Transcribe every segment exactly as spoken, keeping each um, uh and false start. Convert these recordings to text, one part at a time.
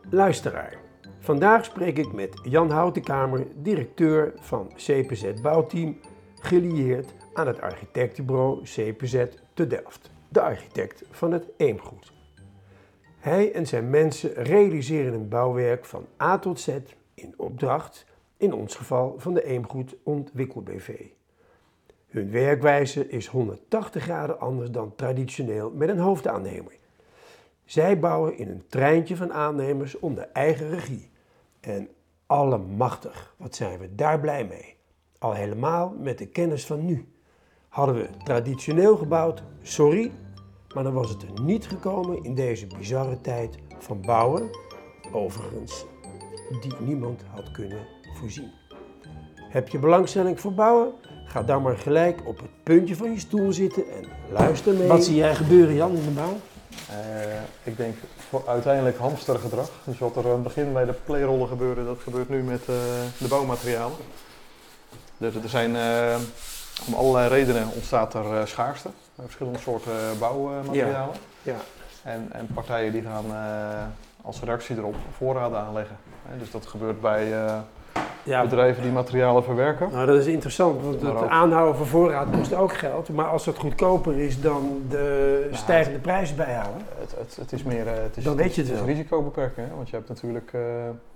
Luisteraar, vandaag spreek ik met Jan Houtenkamer, directeur van C P Z Bouwteam, gelieerd aan het architectenbureau C P Z te Delft, de architect van het Eemgoed. Hij en zijn mensen realiseren een bouwwerk van A tot Z in opdracht, in ons geval van de Eemgoed Ontwikkel B V. Hun werkwijze is honderdtachtig graden anders dan traditioneel met een hoofdaannemer. Zij bouwen in een treintje van aannemers onder eigen regie. En allemachtig, wat zijn we daar blij mee. Al helemaal met de kennis van nu. Hadden we traditioneel gebouwd, sorry, maar dan was het er niet gekomen in deze bizarre tijd van bouwen, overigens, die niemand had kunnen voorzien. Heb je belangstelling voor bouwen? Ga dan maar gelijk op het puntje van je stoel zitten en luister mee. Wat zie jij gebeuren, Jan, in de bouw? Uh, ik denk voor uiteindelijk hamstergedrag. Dus wat er aan het begin bij de playrollen gebeurde, dat gebeurt nu met uh, de bouwmaterialen. Er, er zijn uh, om allerlei redenen ontstaat er uh, schaarste. Verschillende soorten bouwmaterialen. Ja. Ja. En, en partijen die gaan uh, als reactie erop voorraden aanleggen. He, dus dat gebeurt bij uh, ja. bedrijven die materialen verwerken. Nou, dat is interessant, want het ook... aanhouden van voorraad kost ook geld. Maar als het goedkoper is dan de ja, stijgende prijzen bijhouden, het, het, het is meer uh, het is, dan weet je het, het wel. is risicobeperken. Hè? Want je hebt natuurlijk, uh,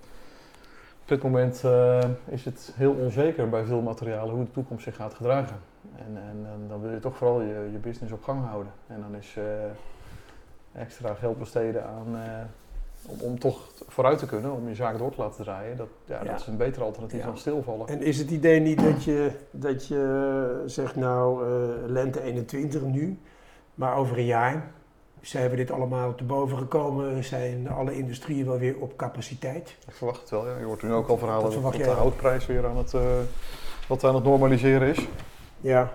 op dit moment uh, is het heel onzeker bij veel materialen hoe de toekomst zich gaat gedragen. En, en, en dan wil je toch vooral je, je business op gang houden. En dan is uh, extra geld besteden aan... Uh, Om, om toch vooruit te kunnen, om je zaak door te laten draaien, dat, ja, ja. dat is een beter alternatief ja. dan stilvallen. En is het idee niet dat je, dat je zegt, nou, uh, lente eenentwintig nu, maar over een jaar zijn we dit allemaal te boven gekomen, zijn alle industrieën wel weer op capaciteit? Ik verwacht het wel, ja. Je hoort nu ook al verhalen dat, dat de houtprijs weer aan het, uh, wat aan het normaliseren is. Ja.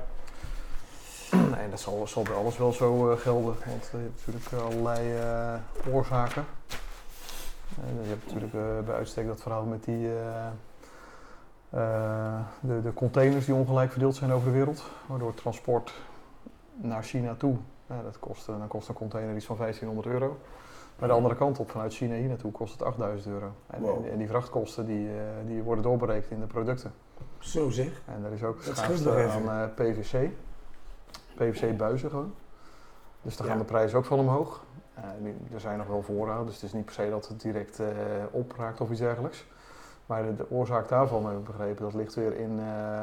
Nee, dat zal, zal bij alles wel zo uh, gelden, want je hebt natuurlijk allerlei uh, oorzaken. Uh, je hebt natuurlijk uh, bij uitstek dat verhaal met die, uh, uh, de, de containers die ongelijk verdeeld zijn over de wereld. Waardoor transport naar China toe, uh, dat kost, uh, dan kost een container iets van vijftienhonderd euro. Maar de andere kant op, vanuit China hier naartoe, kost het achtduizend euro. En, wow. en, en die vrachtkosten die, uh, die worden doorberekend in de producten. Zo zeg. En er is ook schaarste aan uh, P V C. P V C-buizen gewoon. Dus daar ja. gaan de prijzen ook van omhoog. Uh, er zijn nog wel voorraden, dus het is niet per se dat het direct uh, opraakt of iets dergelijks. Maar de, de oorzaak daarvan, heb ik begrepen, dat ligt weer in uh,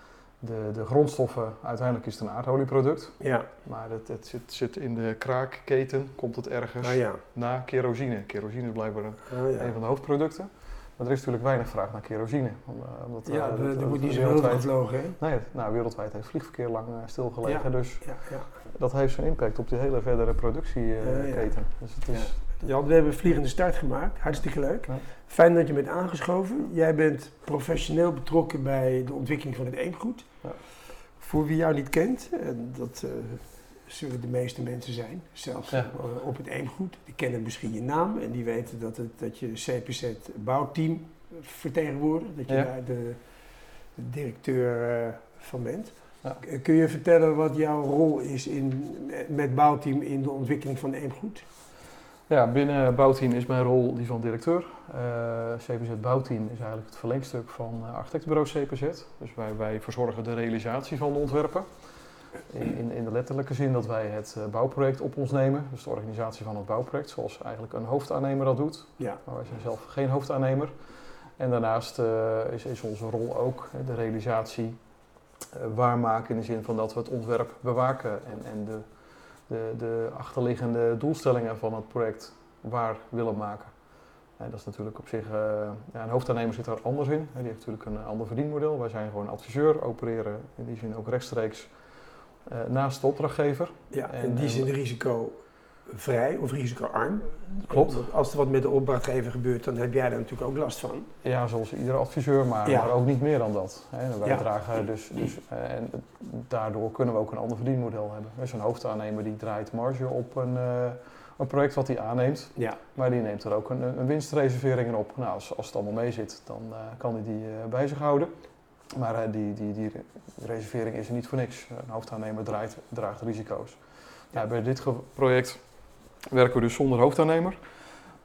de, de grondstoffen. Uiteindelijk is het een aardolieproduct. Ja. Maar het, het zit, zit in de kraakketen, komt het ergens ah, ja. na kerosine. Kerosine is blijkbaar een, ah, ja. een van de hoofdproducten. Maar er is natuurlijk weinig vraag naar kerosine. Omdat, ja, uh, dat, er wordt niet zo heel gevlogen, hè? Nee, nou, wereldwijd heeft vliegverkeer lang uh, stilgelegen. Ja. Dus ja, ja. dat heeft zijn impact op die hele verdere productieketen. Uh, ja. Dus het is... ja. Jan, we hebben een vliegende start gemaakt. Hartstikke leuk. Ja. Fijn dat je bent aangeschoven. Jij bent professioneel betrokken bij de ontwikkeling van het Eemgoed. Ja. Voor wie jou niet kent, en dat uh, zullen de meeste mensen zijn, zelfs ja. uh, op het Eemgoed. Die kennen misschien je naam en die weten dat, het, dat je C P Z Bouwteam vertegenwoordigt. Dat je ja. daar de, de directeur uh, van bent. Ja. Kun je vertellen wat jouw rol is in, met Bouwteam in de ontwikkeling van Eemgoed? Ja, binnen Bouwteam is mijn rol die van directeur. Uh, C P Z Bouwteam is eigenlijk het verlengstuk van uh, architectenbureau C P Z. Dus wij, wij verzorgen de realisatie van de ontwerpen. In, in, in de letterlijke zin dat wij het uh, bouwproject op ons nemen. Dus de organisatie van het bouwproject, zoals eigenlijk een hoofdaannemer dat doet. Ja. Maar wij zijn zelf geen hoofdaannemer. En daarnaast uh, is, is onze rol ook uh, de realisatie uh, waarmaken in de zin van dat we het ontwerp bewaken en, en de, de, de achterliggende doelstellingen van het project waar willen maken. En dat is natuurlijk op zich, uh, ja, een hoofdaannemer zit er anders in. Die heeft natuurlijk een ander verdienmodel. Wij zijn gewoon adviseur, opereren in die zin ook rechtstreeks uh, naast de opdrachtgever. Ja, en in die zin risicovrij of risicoarm. Klopt. Als er wat met de opdrachtgever gebeurt, dan heb jij daar natuurlijk ook last van. Ja, zoals iedere adviseur, maar, ja. maar ook niet meer dan dat. Hè. Wij ja. dragen dus, dus uh, en daardoor kunnen we ook een ander verdienmodel hebben. Dus een hoofdaannemer die draait marge op een, uh, een project wat hij aanneemt, ja. maar die neemt er ook een, een winstreservering in op. Nou, als, als het allemaal mee zit, dan uh, kan hij die uh, bij zich houden. Maar uh, die, die, die reservering is er niet voor niks. Een hoofdaannemer draait, draagt risico's. Ja. Ja, bij dit project werken we dus zonder hoofdaannemer.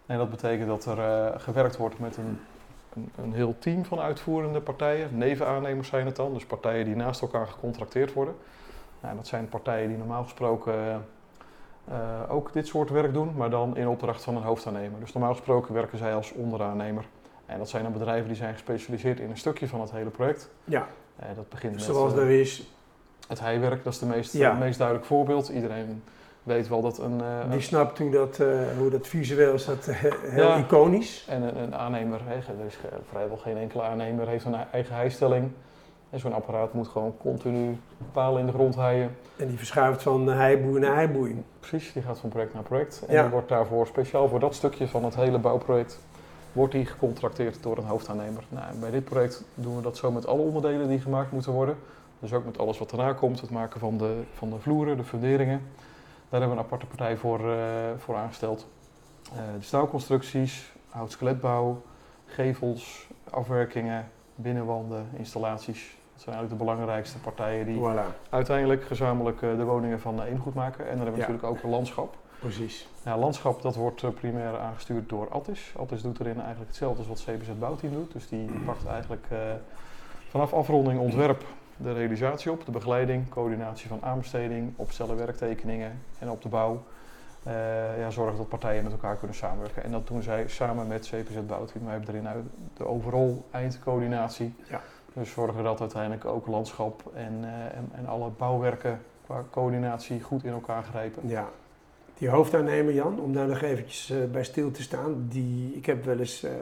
En dat betekent dat er uh, gewerkt wordt met een, een, een heel team van uitvoerende partijen. Nevenaannemers zijn het dan, dus partijen die naast elkaar gecontracteerd worden. Nou, dat zijn partijen die normaal gesproken uh, uh, ook dit soort werk doen, maar dan in opdracht van een hoofdaannemer. Dus normaal gesproken werken zij als onderaannemer. En dat zijn dan bedrijven die zijn gespecialiseerd in een stukje van het hele project. Ja, uh, dat begint met zoals uh, er is. Het heiwerk, dat is het meest, Ja. uh, meest duidelijk voorbeeld. Iedereen weet wel dat een... Uh, Die snapt hoe dat, uh, hoe dat visueel is, dat uh, heel Ja. iconisch. En een, een aannemer, hè, er is vrijwel geen enkele aannemer heeft een eigen heistelling. En zo'n apparaat moet gewoon continu palen in de grond heien. En die verschuift van heiboei naar heiboei. Precies, die gaat van project naar project. En Ja. die wordt daarvoor, speciaal voor dat stukje van het hele bouwproject, wordt die gecontracteerd door een hoofdaannemer. Nou, en bij dit project doen we dat zo met alle onderdelen die gemaakt moeten worden. Dus ook met alles wat erna komt, het maken van de, van de vloeren, de funderingen. Daar hebben we een aparte partij voor, uh, voor aangesteld. Uh, de staalconstructies, houtskeletbouw, gevels, afwerkingen, binnenwanden, installaties. Dat zijn eigenlijk de belangrijkste partijen die Voilà, uiteindelijk gezamenlijk uh, de woningen van één goed maken. En dan hebben we Ja. natuurlijk ook een landschap. precies. Ja, landschap dat wordt uh, primair aangestuurd door Attis. Attis doet erin eigenlijk hetzelfde als wat C P Z Bouwteam doet. Dus die pakt eigenlijk uh, vanaf afronding ontwerp de realisatie op, de begeleiding, coördinatie van aanbesteding, opstellen werktekeningen en op de bouw. Uh, ja, zorgen dat partijen met elkaar kunnen samenwerken. En dat doen zij samen met C P Z Bouwteam. Wij hebben erin uit de overall eindcoördinatie. Ja. Dus zorgen dat uiteindelijk ook landschap en, uh, en, en alle bouwwerken qua coördinatie goed in elkaar grijpen. Ja. Die hoofdaannemer Jan, om daar nog eventjes uh, bij stil te staan, die, ik heb wel eens uh,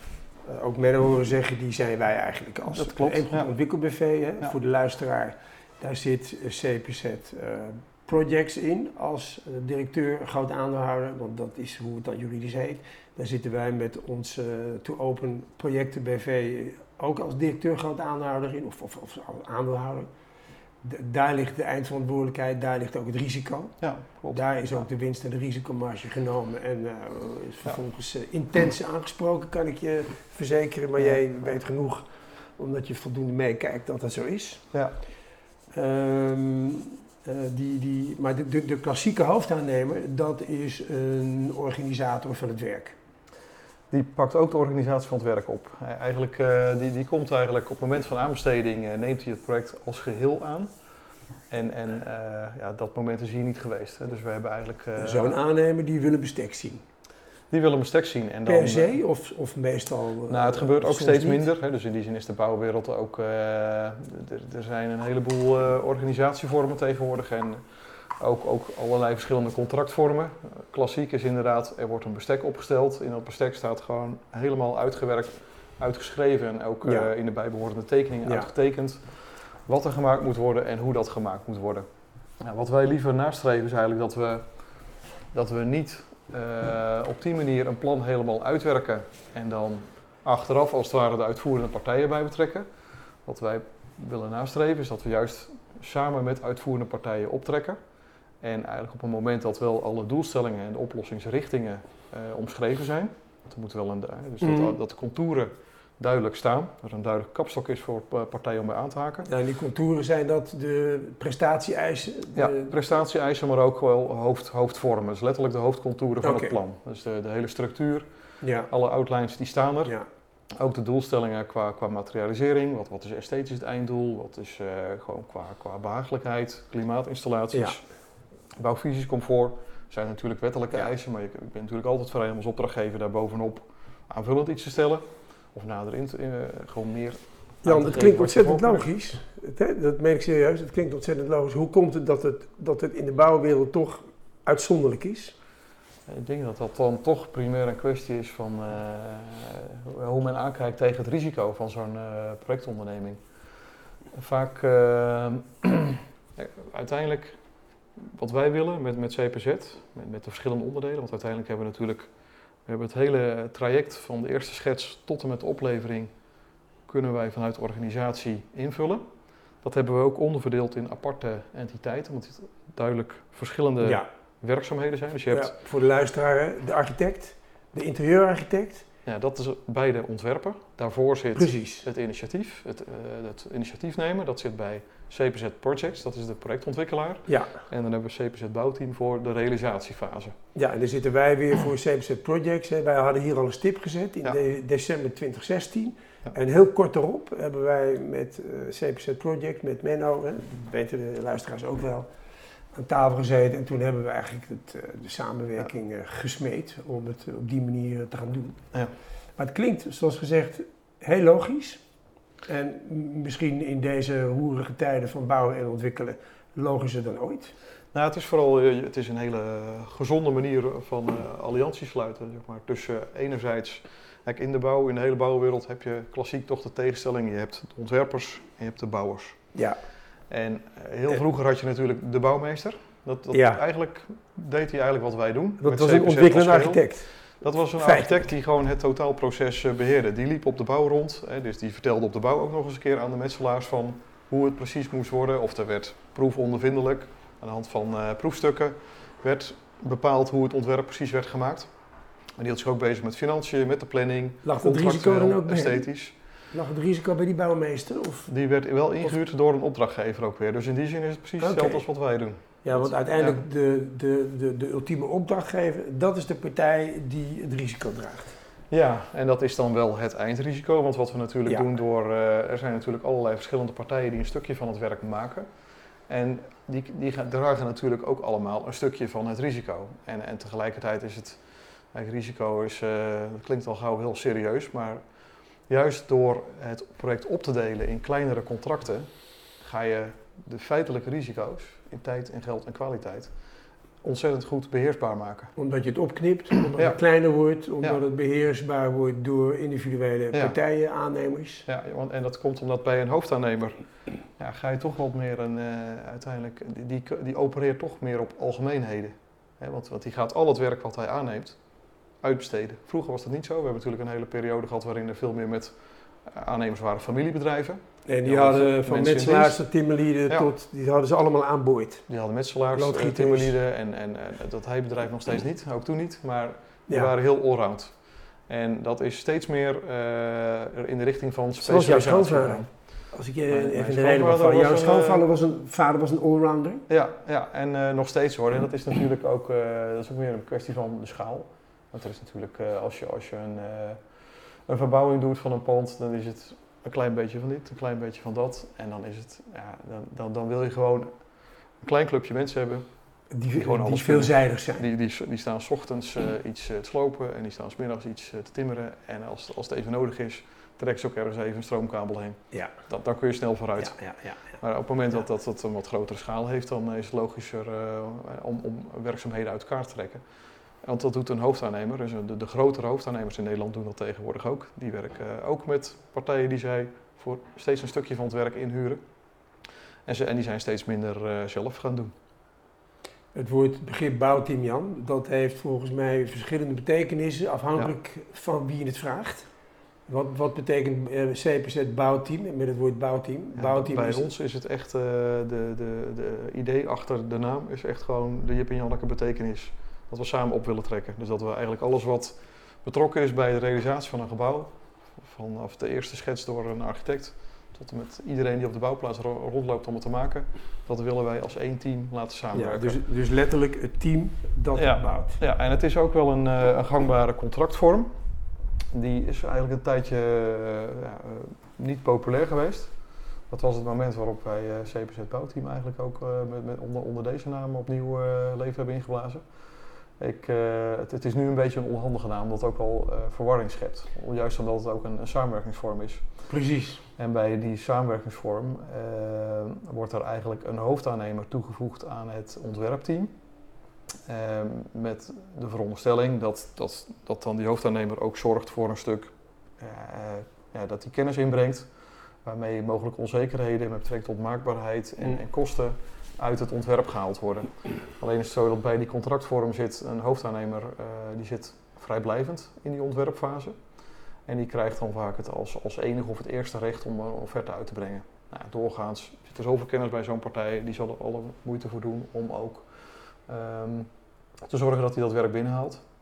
uh, ook Menno horen zeggen, die zijn wij eigenlijk als Dat klopt, een ja. ontwikkelbv. Hè? Ja. Voor de luisteraar, daar zit uh, C P Z uh, Projects in als uh, directeur, groot aandeelhouder, want dat is hoe het dan juridisch heet. Daar zitten wij met ons uh, To Open Projecten B V ook als directeur, groot aandeelhouder in, of, of, of als aandeelhouder. D- daar ligt de eindverantwoordelijkheid, daar ligt ook het risico. Ja, klopt. Daar is ook de winst en de risicomarge genomen en uh, is vervolgens uh, intens aangesproken, kan ik je verzekeren. Maar Ja. jij weet genoeg, omdat je voldoende meekijkt, dat dat zo is. Ja. Um, uh, die, die, maar de, de, de klassieke hoofdaannemer, dat is een organisator van het werk. Die pakt ook de organisatie van het werk op. Hij, eigenlijk, uh, die, die komt eigenlijk op het moment van aanbesteding, uh, neemt hij het project als geheel aan. En, en uh, ja, dat moment is hier niet geweest. Hè. Dus we hebben eigenlijk... Uh, Zo'n aannemer die wil een bestek zien. Die willen een bestek zien. En dan, Per se of, of meestal? Uh, nou, het gebeurt ook soms steeds niet. minder. Hè. Dus in die zin is de bouwwereld ook... Uh, er, er zijn een heleboel uh, organisatievormen tegenwoordig. En ook, ook allerlei verschillende contractvormen. Klassiek is inderdaad, er wordt een bestek opgesteld. In dat bestek staat gewoon helemaal uitgewerkt, uitgeschreven en ook Ja. uh, in de bijbehorende tekeningen Ja. uitgetekend. Wat er gemaakt moet worden en hoe dat gemaakt moet worden. Nou, wat wij liever nastreven is eigenlijk dat we, dat we niet uh, op die manier een plan helemaal uitwerken en dan achteraf als het ware de uitvoerende partijen bij betrekken. Wat wij willen nastreven is dat we juist samen met uitvoerende partijen optrekken. En eigenlijk op het moment dat wel alle doelstellingen en de oplossingsrichtingen uh, omschreven zijn, dat moet wel een, dus Mm. dat, dat de contouren duidelijk staan, dat er een duidelijk kapstok is voor partijen om bij aan te haken. Nou, die contouren zijn dat de prestatie-eisen? De... Ja, prestatie-eisen, maar ook wel hoofd, hoofdvormen. Dus letterlijk de hoofdcontouren van Oké. het plan. Dus de, de hele structuur, Ja. alle outlines die staan er. Ja. Ook de doelstellingen qua, qua materialisering. Wat, wat is esthetisch het einddoel? Wat is uh, gewoon qua, qua behagelijkheid, klimaatinstallaties, bouwfysisch comfort. zijn natuurlijk wettelijke Ja. eisen, maar je, ik ben natuurlijk altijd vrij om als opdrachtgever daar bovenop aanvullend iets te stellen. Of nader in, te, uh, gewoon meer. Jan, het klinkt ontzettend logisch. Het, hè, dat meen ik serieus. Het klinkt ontzettend logisch. Hoe komt het dat het, dat het in de bouwwereld toch uitzonderlijk is? Ik denk dat dat dan toch primair een kwestie is van uh, hoe men aankijkt tegen het risico van zo'n uh, projectonderneming. Vaak, uh, uiteindelijk, wat wij willen met, met C P Z, met, met de verschillende onderdelen, want uiteindelijk hebben we natuurlijk we hebben het hele traject van de eerste schets tot en met de oplevering kunnen wij vanuit de organisatie invullen. Dat hebben we ook onderverdeeld in aparte entiteiten, want het duidelijk verschillende Ja. werkzaamheden zijn. Dus je hebt, Ja, voor de luisteraar, de architect, de interieurarchitect. ja, dat is beide ontwerper. Daarvoor zit Precies. het initiatief, het, uh, het initiatief nemen. Dat zit bij C P Z Projects, dat is de projectontwikkelaar. Ja. En dan hebben we C P Z Bouwteam voor de realisatiefase. Ja, en dan zitten wij weer voor C P Z Projects. Hè. Wij hadden hier al een stip gezet in Ja. de- december twintig zestien. Ja. En heel kort daarop hebben wij met uh, C P Z Projects, met Menno, hè, dat weten de luisteraars ook wel, aan tafel gezeten. En toen hebben we eigenlijk het, uh, de samenwerking uh, gesmeed om het uh, op die manier te gaan doen. Ja. Maar het klinkt, zoals gezegd, heel logisch. En m- misschien in deze roerige tijden van bouwen en ontwikkelen logischer dan ooit. Nou, het is vooral eh, het is een hele gezonde manier van uh, allianties sluiten. Zeg maar. Tussen enerzijds, kijk, in de bouw, in de hele bouwwereld heb je klassiek toch de tegenstelling. Je hebt de ontwerpers en je hebt de bouwers. Ja. En uh, heel vroeger had je natuurlijk de bouwmeester. Dat, dat Ja. Eigenlijk deed hij eigenlijk wat wij doen. Dat met was C een P Z ontwikkelende als geheel. architect. Dat was een Feitelijk. architect die gewoon het totaalproces uh, beheerde. Die liep op de bouw rond, hè, dus die vertelde op de bouw ook nog eens een keer aan de metselaars van hoe het precies moest worden. Of er werd proefondervindelijk, aan de hand van uh, proefstukken, werd bepaald hoe het ontwerp precies werd gemaakt. Maar die hield zich ook bezig met financiën, met de planning, Lag het risico dan ook bij hem? esthetisch. Lag het risico bij die bouwmeester? Of? Die werd wel ingehuurd door een opdrachtgever ook weer. Dus in die zin is het precies hetzelfde Oké. als wat wij doen. Ja, want uiteindelijk de, de, de, de ultieme opdrachtgever, dat is de partij die het risico draagt. Ja, en dat is dan wel het eindrisico, want wat we natuurlijk Ja. doen door, uh, er zijn natuurlijk allerlei verschillende partijen die een stukje van het werk maken. En die, die gaan, dragen natuurlijk ook allemaal een stukje van het risico. En, en tegelijkertijd is het, het risico is, uh, dat klinkt al gauw heel serieus, maar juist door het project op te delen in kleinere contracten, ga je de feitelijke risico's in tijd en geld en kwaliteit ontzettend goed beheersbaar maken. Omdat je het opknipt, omdat Ja. het kleiner wordt, omdat Ja. het beheersbaar wordt door individuele Ja. partijen, aannemers. Ja, want, en dat komt omdat bij een hoofdaannemer ja, ga je toch wat meer een, uh, uiteindelijk, die, die, die opereert toch meer op algemeenheden. Hè, want, want die gaat al het werk wat hij aanneemt uitbesteden. Vroeger was dat niet zo. We hebben natuurlijk een hele periode gehad waarin er veel meer met aannemers waren familiebedrijven. En die Ja, hadden van mensen in metselaars dienst. tot timmerlieden, Ja. tot, die hadden ze allemaal aan boord. Die hadden metselaars, uh, Loodgieters. timmerlieden en, en uh, dat heibedrijf nog steeds niet, ook toen niet, maar die Ja. waren heel allround. En dat is steeds meer uh, in de richting van Zoals jouw specialisatie. schoonvader. Als ik je Mijn- mijn even in de reden mag schoonvader vallen. Jouw was een, schoonvader was een, vader was een allrounder. Ja, ja en uh, nog steeds hoor. En dat is natuurlijk ook, uh, dat is ook meer een kwestie van de schaal. Want er is natuurlijk, uh, als je, als je een, uh, een verbouwing doet van een pand, dan is het een klein beetje van dit, een klein beetje van dat. En dan is het, ja, dan, dan, dan wil je gewoon een klein clubje mensen hebben. Die, Die gewoon die alles veelzijdig zijn. Die, die, die staan 's ochtends uh, iets uh, te slopen en die staan 's middags iets uh, te timmeren. En als, als het even nodig is, trekken ze ook ergens even een stroomkabel heen. Ja. Dat, dan kun je snel vooruit. Ja, ja, ja, ja. Maar op het moment dat, dat dat een wat grotere schaal heeft, dan is het logischer uh, om, om werkzaamheden uit elkaar te trekken. Want dat doet een hoofdaannemer. Dus de, de grotere hoofdaannemers in Nederland doen dat tegenwoordig ook. Die werken uh, ook met partijen die zij voor steeds een stukje van het werk inhuren. En, ze, en die zijn steeds minder uh, zelf gaan doen. Het woord begrip bouwteam, Jan, dat heeft volgens mij verschillende betekenissen afhankelijk ja. van wie je het vraagt. Wat, wat betekent uh, C P Z bouwteam met het woord bouwteam? Ja, bouwteam bij is ons het... is het echt, uh, de, de, de idee achter de naam is echt gewoon de Jip en Janneke betekenis. Dat we samen op willen trekken. Dus dat we eigenlijk alles wat betrokken is bij de realisatie van een gebouw, vanaf de eerste schets door een architect tot en met iedereen die op de bouwplaats ro- rondloopt om het te maken, dat willen wij als één team laten samenwerken. Ja, dus, dus letterlijk het team dat ja, het bouwt. Ja, en het is ook wel een, uh, een gangbare contractvorm. Die is eigenlijk een tijdje uh, ja, uh, niet populair geweest. Dat was het moment waarop wij uh, C P Z Bouwteam eigenlijk ook uh, met, met onder, onder deze naam opnieuw uh, leven hebben ingeblazen. Ik, uh, het, het is nu een beetje een onhandige naam, omdat het ook al uh, verwarring schept. Juist omdat het ook een, een samenwerkingsvorm is. Precies. En bij die samenwerkingsvorm uh, wordt er eigenlijk een hoofdaannemer toegevoegd aan het ontwerpteam. Uh, met de veronderstelling dat, dat, dat dan die hoofdaannemer ook zorgt voor een stuk uh, ja, dat hij kennis inbrengt, waarmee mogelijke onzekerheden met betrekking tot maakbaarheid en, en kosten uit het ontwerp gehaald worden. Alleen is het zo dat bij die contractvorm zit een hoofdaannemer, uh, die zit vrijblijvend in die ontwerpfase. En die krijgt dan vaak het als, als enige of het eerste recht om een offerte uit te brengen. Nou, doorgaans zit er zoveel kennis bij zo'n partij, die zal er alle moeite voor doen om ook um, te zorgen dat hij dat werk binnenhaalt.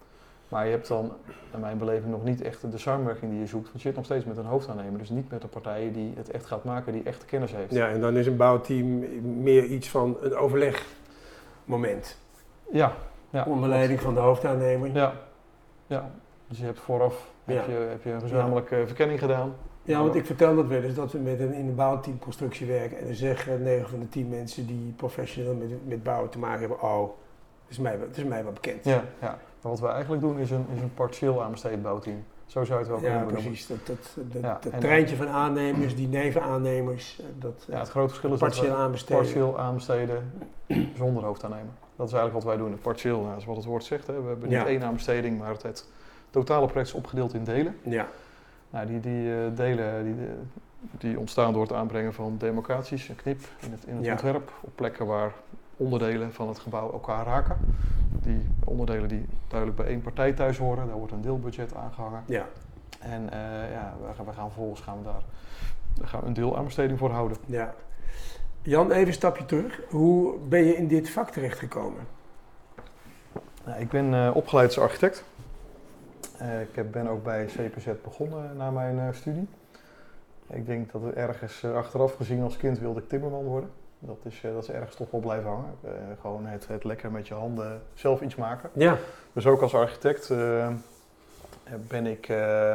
Maar je hebt dan, naar mijn beleving, nog niet echt de samenwerking die je zoekt. Want je zit nog steeds met een hoofdaannemer. Dus niet met een partij die het echt gaat maken, die echt kennis heeft. Ja, en dan is een bouwteam meer iets van een overlegmoment. Ja. ja Onder leiding van de hoofdaannemer. Ja. ja. Dus je hebt vooraf Ja. heb je, heb je een gezamenlijke ja. verkenning gedaan. Ja, want ik vertel dat wel eens, dat we met een in een bouwteamconstructie werken. En dan zeggen negen van de tien mensen die professioneel met, met bouwen te maken hebben, oh, dat is mij, dat is mij wel bekend. Ja, ja. Maar wat we eigenlijk doen is een, is een partieel aanbesteed bouwteam. Zo zou je het wel kunnen ja, noemen. Precies. Dat, dat, dat, ja, dat treintje van aannemers, die nevenaannemers. Dat, ja, het grote verschil is partieel dat we aanbesteden. partieel aanbesteden zonder hoofdaannemer. Dat is eigenlijk wat wij doen. Partieel, nou, dat is wat het woord zegt. Hè. We hebben niet ja. één aanbesteding, maar het, het totale project is opgedeeld in delen. Ja. Nou, die, die uh, delen die, die ontstaan door het aanbrengen van demarcaties, een knip in het, in het ja. ontwerp, op plekken waar onderdelen van het gebouw elkaar raken. Die onderdelen die duidelijk bij één partij thuis horen, daar wordt een deelbudget aangehangen. Ja. En uh, ja, we gaan, we gaan vervolgens gaan we daar, daar gaan we een deelaanbesteding voor houden. Ja. Jan, even een stapje terug. Hoe ben je in dit vak terechtgekomen? Nou, ik ben uh, opgeleid als architect. Uh, ik heb, ben ook bij C P Z begonnen na mijn uh, studie. Ik denk dat het ergens uh, achteraf gezien als kind wilde ik timmerman worden. Dat is, uh, dat is ergens toch wel blijven hangen. Uh, gewoon het, het lekker met je handen zelf iets maken. Ja. Dus ook als architect uh, ben ik uh,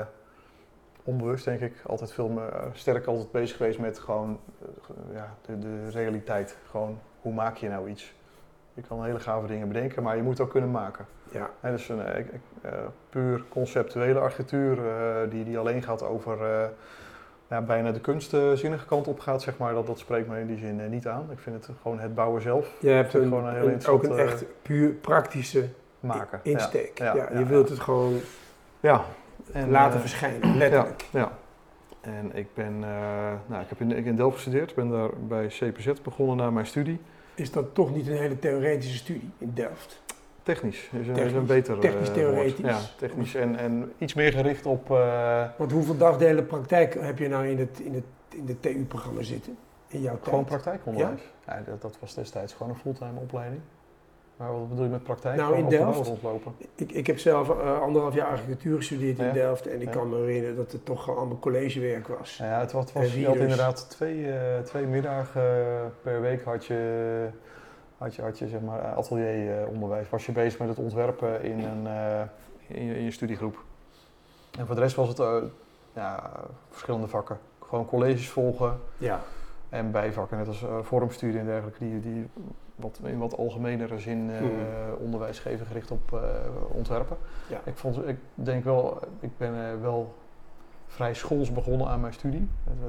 onbewust denk ik altijd veel meer, uh, sterk altijd bezig geweest met gewoon uh, ja, de, de realiteit. Gewoon hoe maak je nou iets? Je kan hele gave dingen bedenken, maar je moet het ook kunnen maken. Ja. He, dus een uh, uh, puur conceptuele architectuur uh, die, die alleen gaat over uh, ja, bijna de kunstzinnige kant op gaat, zeg maar, dat, dat spreekt me in die zin uh, niet aan. Ik vind het gewoon het bouwen zelf. Je hebt een, gewoon een heel een, ook een echt puur praktische maken. insteek. Ja, ja, ja, ja, je ja, wilt ja. het gewoon ja. En, laten uh, verschijnen, letterlijk. Ja, ja. En ik ben, uh, nou, ik heb in, in Delft gestudeerd, ben daar bij C P Z begonnen na mijn studie. Is dat toch niet een hele theoretische studie in Delft? Technisch is een, technisch, is een beter Technisch uh, theoretisch? woord. Ja, technisch en, en iets meer gericht op... Uh, Want hoeveel dagdelen praktijk heb je nou in het, in het, in het T U-programma zitten? In jouw tijd? Gewoon praktijkonderwijs. Ja? Ja, dat, dat was destijds gewoon een fulltime opleiding. Maar wat bedoel je met praktijk? Nou, in Delft, rondlopen? Ik, ik heb zelf uh, anderhalf jaar architectuur gestudeerd in ja. Delft en ik ja. kan me herinneren dat het toch allemaal collegewerk was. Ja, het was, was je had inderdaad twee, uh, twee middagen per week had je, had je, had je zeg maar, atelieronderwijs. Was je bezig met het ontwerpen in, een, uh, in, je, in je studiegroep. En voor de rest was het uh, ja, verschillende vakken. Gewoon colleges volgen. Ja. En bijvakken, net als uh, vormstudie en dergelijke, die, die wat, in wat algemenere zin uh, mm. onderwijs geven gericht op uh, ontwerpen. Ja. Ik, vond, ik denk wel, ik ben uh, wel vrij schools begonnen aan mijn studie.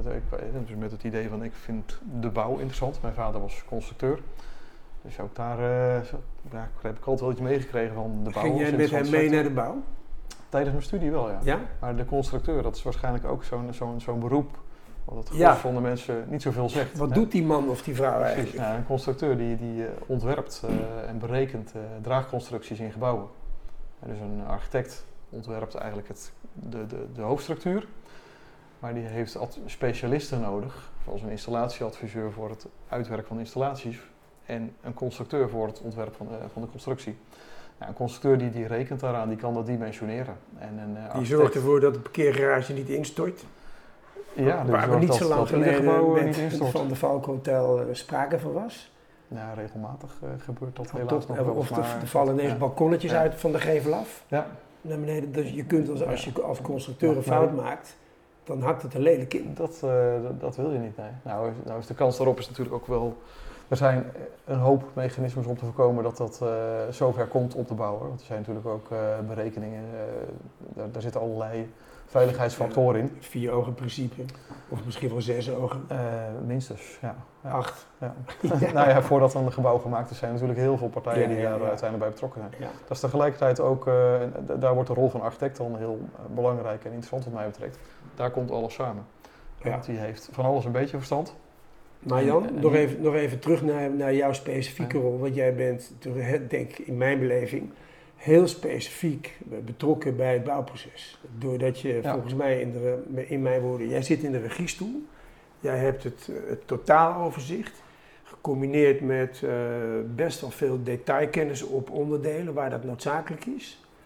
Dus met het idee van ik vind de bouw interessant. Mijn vader was constructeur. Dus ook daar uh, ja, heb ik altijd wel iets meegekregen van de bouw. Ging jij met hem mee naar de bouw? Tijdens mijn studie wel, ja. ja? Maar de constructeur, dat is waarschijnlijk ook zo'n zo'n zo'n beroep. Wat het gros ja. van de mensen niet zoveel zegt. Wat hè? doet die man of die vrouw Precies, eigenlijk? ja, een constructeur die, die uh, ontwerpt uh, en berekent uh, draagconstructies in gebouwen. En dus een architect ontwerpt eigenlijk het, de, de, de hoofdstructuur. Maar die heeft specialisten nodig, zoals een installatieadviseur voor het uitwerken van installaties. En een constructeur voor het ontwerp van, uh, van de constructie. Ja, een constructeur die, die rekent daaraan, die kan dat dimensioneren. En een, uh, architect... Die zorgt ervoor dat de parkeergarage niet instort. Ja, waar we niet dat, zo lang dat geleden met niet Van de Valk Hotel uh, sprake van was. Ja, regelmatig uh, gebeurt dat of helaas toch, nog wel. Of er vallen ineens ja. balkonnetjes ja. uit van de gevel af. Ja. Naar beneden. Dus je kunt als, als je als constructeur een fout maakt, dan hakt het er lelijk in. Dat, uh, dat, dat wil je niet, nee. Nou, nou is de kans daarop is natuurlijk ook wel... Er zijn een hoop mechanismes om te voorkomen dat dat uh, zover komt op de bouwer. Want er zijn natuurlijk ook uh, berekeningen, uh, daar, daar zitten allerlei veiligheidsfactoren in. Vier ogen principe, of misschien wel zes ogen. Uh, minstens, ja. ja. Acht. Ja. Ja. Nou ja, voordat dan de gebouw gemaakt is, zijn natuurlijk heel veel partijen ja, die daar ja, ja. uiteindelijk bij betrokken zijn. Ja. Dat is tegelijkertijd ook, uh, daar wordt de rol van architect dan heel uh, belangrijk en interessant wat mij betreft. Daar komt alles samen. Ja. Want die heeft van alles een beetje verstand. Maar Jan, en, en nog, even, nog even terug naar, naar jouw specifieke ja. rol. Want jij bent, denk ik in mijn beleving, heel specifiek betrokken bij het bouwproces. Doordat je ja. volgens mij, in, de, in mijn woorden, jij zit in de regiestoel. Jij hebt het, het totaaloverzicht, gecombineerd met uh, best wel veel detailkennis op onderdelen waar dat noodzakelijk is.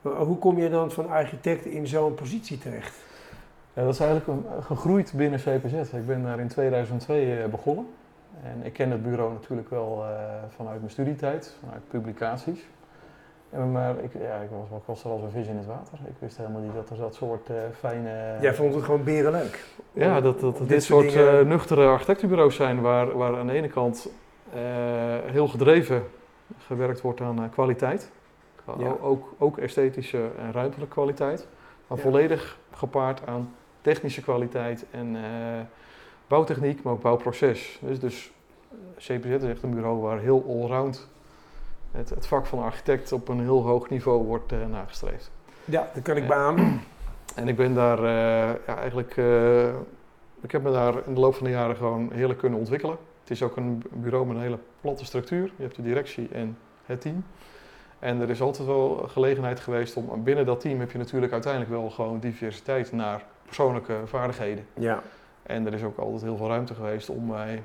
Maar hoe kom je dan van architect in zo'n positie terecht? Ja, dat is eigenlijk een, gegroeid binnen C P Z. Ik ben daar in tweeduizend twee uh, begonnen. En ik ken het bureau natuurlijk wel uh, vanuit mijn studietijd, vanuit publicaties. En, maar ik, ja, ik, was, ik was er als een vis in het water. Ik wist helemaal niet dat er dat soort uh, fijne... Jij vond het gewoon berenleuk? Ja, dat, dat, dat dit soort dingen... uh, nuchtere architectenbureaus zijn waar, waar aan de ene kant uh, heel gedreven gewerkt wordt aan uh, kwaliteit. Ja. Ook, ook esthetische en ruimtelijke kwaliteit. Maar ja. volledig gepaard aan technische kwaliteit en uh, bouwtechniek, maar ook bouwproces. Dus, dus C P Z is echt een bureau waar heel allround het, het vak van architect op een heel hoog niveau wordt uh, nagestreefd. Ja, dat kan ik beamen. En ik ben daar uh, ja, eigenlijk, uh, ik heb me daar in de loop van de jaren gewoon heerlijk kunnen ontwikkelen. Het is ook een bureau met een hele platte structuur. Je hebt de directie en het team. En er is altijd wel gelegenheid geweest om, binnen dat team heb je natuurlijk uiteindelijk wel gewoon diversiteit naar persoonlijke vaardigheden. Ja. En er is ook altijd heel veel ruimte geweest om mij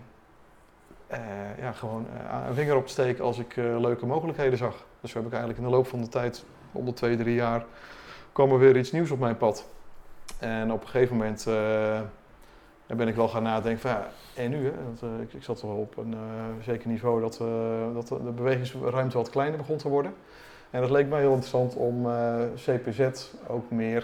uh, ja, gewoon uh, een vinger op te steken als ik uh, leuke mogelijkheden zag. Dus heb ik eigenlijk in de loop van de tijd, om de twee, drie jaar, kwam er weer iets nieuws op mijn pad. En op een gegeven moment uh, ben ik wel gaan nadenken van ja, en nu? Hè? Want, uh, ik, ik zat wel op een uh, zeker niveau dat, uh, dat de bewegingsruimte wat kleiner begon te worden. En dat leek mij heel interessant om uh, C P Z ook meer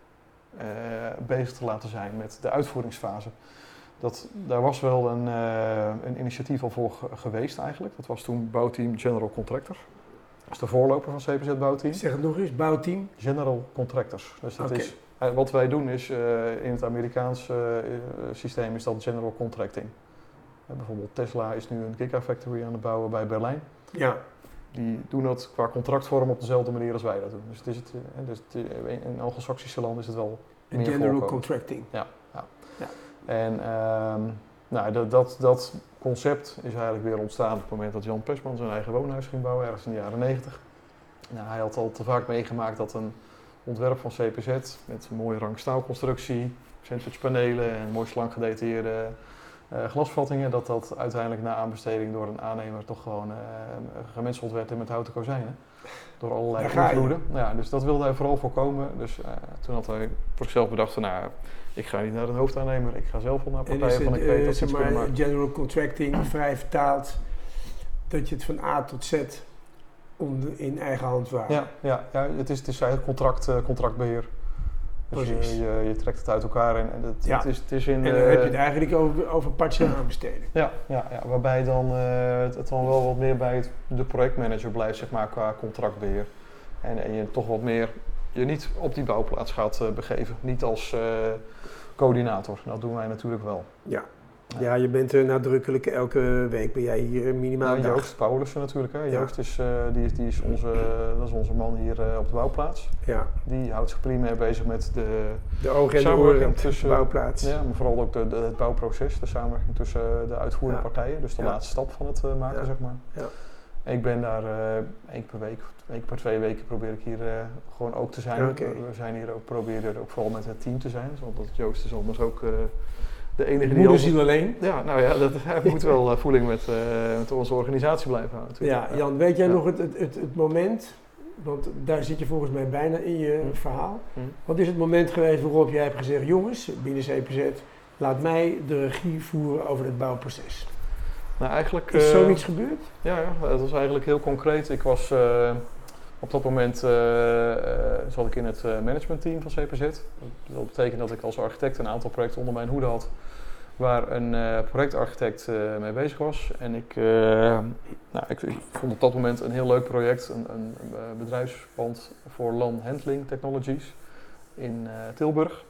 uh, bezig te laten zijn met de uitvoeringsfase. Dat, daar was wel een, uh, een initiatief al voor ge- geweest eigenlijk. Dat was toen bouwteam General Contractor. Dat is de voorloper van C P Z Bouwteam. Zeg het nog eens, bouwteam? General Contractors. Dus dat okay. is, uh, wat wij doen is, uh, in het Amerikaanse uh, systeem is dat General Contracting. Uh, bijvoorbeeld Tesla is nu een Gigafactory aan het bouwen bij Berlijn. Ja. Die doen dat qua contractvorm op dezelfde manier als wij dat doen. Dus, het is het, uh, dus het, uh, in Anglo-Saxische landen is het wel een meer General voorkomend. Contracting. Ja. ja. ja. En um, nou, dat, dat, dat concept is eigenlijk weer ontstaan op het moment dat Jan Pesman zijn eigen woonhuis ging bouwen, ergens in de jaren negentig. Nou, hij had al te vaak meegemaakt dat een ontwerp van C P Z met een mooie rangstaalconstructie, sandwichpanelen en mooi slank gedetailleerde uh, glasvattingen, dat dat uiteindelijk na aanbesteding door een aannemer toch gewoon uh, gemetseld werd met houten kozijnen. Door allerlei invloeden. Ja, dus dat wilde hij vooral voorkomen. Dus uh, toen had hij voor zichzelf bedacht van nou, ik ga niet naar een hoofdaannemer, ik ga zelf wel naar partijen van ik weet uh, dat ze iets kunnen maken. General Contracting, vrij vertaald, dat je het van A tot Z in eigen hand waard. Ja, ja, ja het, is, het is eigenlijk contract, uh, contractbeheer. Dus je, je, je trekt het uit elkaar en, en het, ja. het, is, het is in en dan de, heb je het eigenlijk over, over partiële aanbesteding. Ja, ja, ja, waarbij dan, uh, het, het dan wel wat meer bij het, de projectmanager blijft, zeg maar, qua contractbeheer. En, en je toch wat meer, je niet op die bouwplaats gaat uh, begeven. Niet als uh, coördinator. Dat doen wij natuurlijk wel. Ja. Ja, je bent er nadrukkelijk, elke week ben jij hier minimaal nou, Joost Paulussen natuurlijk. Hè. Ja. Joost is, uh, die is, die is, onze, dat is onze man hier uh, op de bouwplaats. Ja. Die houdt zich primair bezig met de, de oog en de oren tussen de bouwplaats. Ja, maar vooral ook de, de, het bouwproces, de samenwerking tussen de uitvoerende ja. partijen. Dus de ja. laatste stap van het uh, maken, ja. zeg maar. Ja. Ik ben daar uh, één per week, één per twee weken probeer ik hier uh, gewoon ook te zijn. Okay. We zijn hier ook, proberen ook vooral met het team te zijn. Want Joost is anders ook uh, de enige die... Moederziel alleen? Ja, nou ja, dat, hij moet wel uh, voeling met, uh, met onze organisatie blijven houden. Ja, Jan, weet jij ja. nog het, het, het, het moment, want daar zit je volgens mij bijna in je hm. verhaal. Hm. Wat is het moment geweest waarop jij hebt gezegd, jongens, binnen C P Z, laat mij de regie voeren over het bouwproces? Nou, eigenlijk, is uh, zoiets gebeurd? Ja, ja, het was eigenlijk heel concreet. Ik was uh, op dat moment uh, uh, zat ik in het uh, managementteam van C P Z. Dat betekent dat ik als architect een aantal projecten onder mijn hoede had, waar een uh, projectarchitect uh, mee bezig was. En ik, uh, nou, ik, ik vond op dat moment een heel leuk project, een, een, een bedrijfspand voor Land Handling Technologies in uh, Tilburg.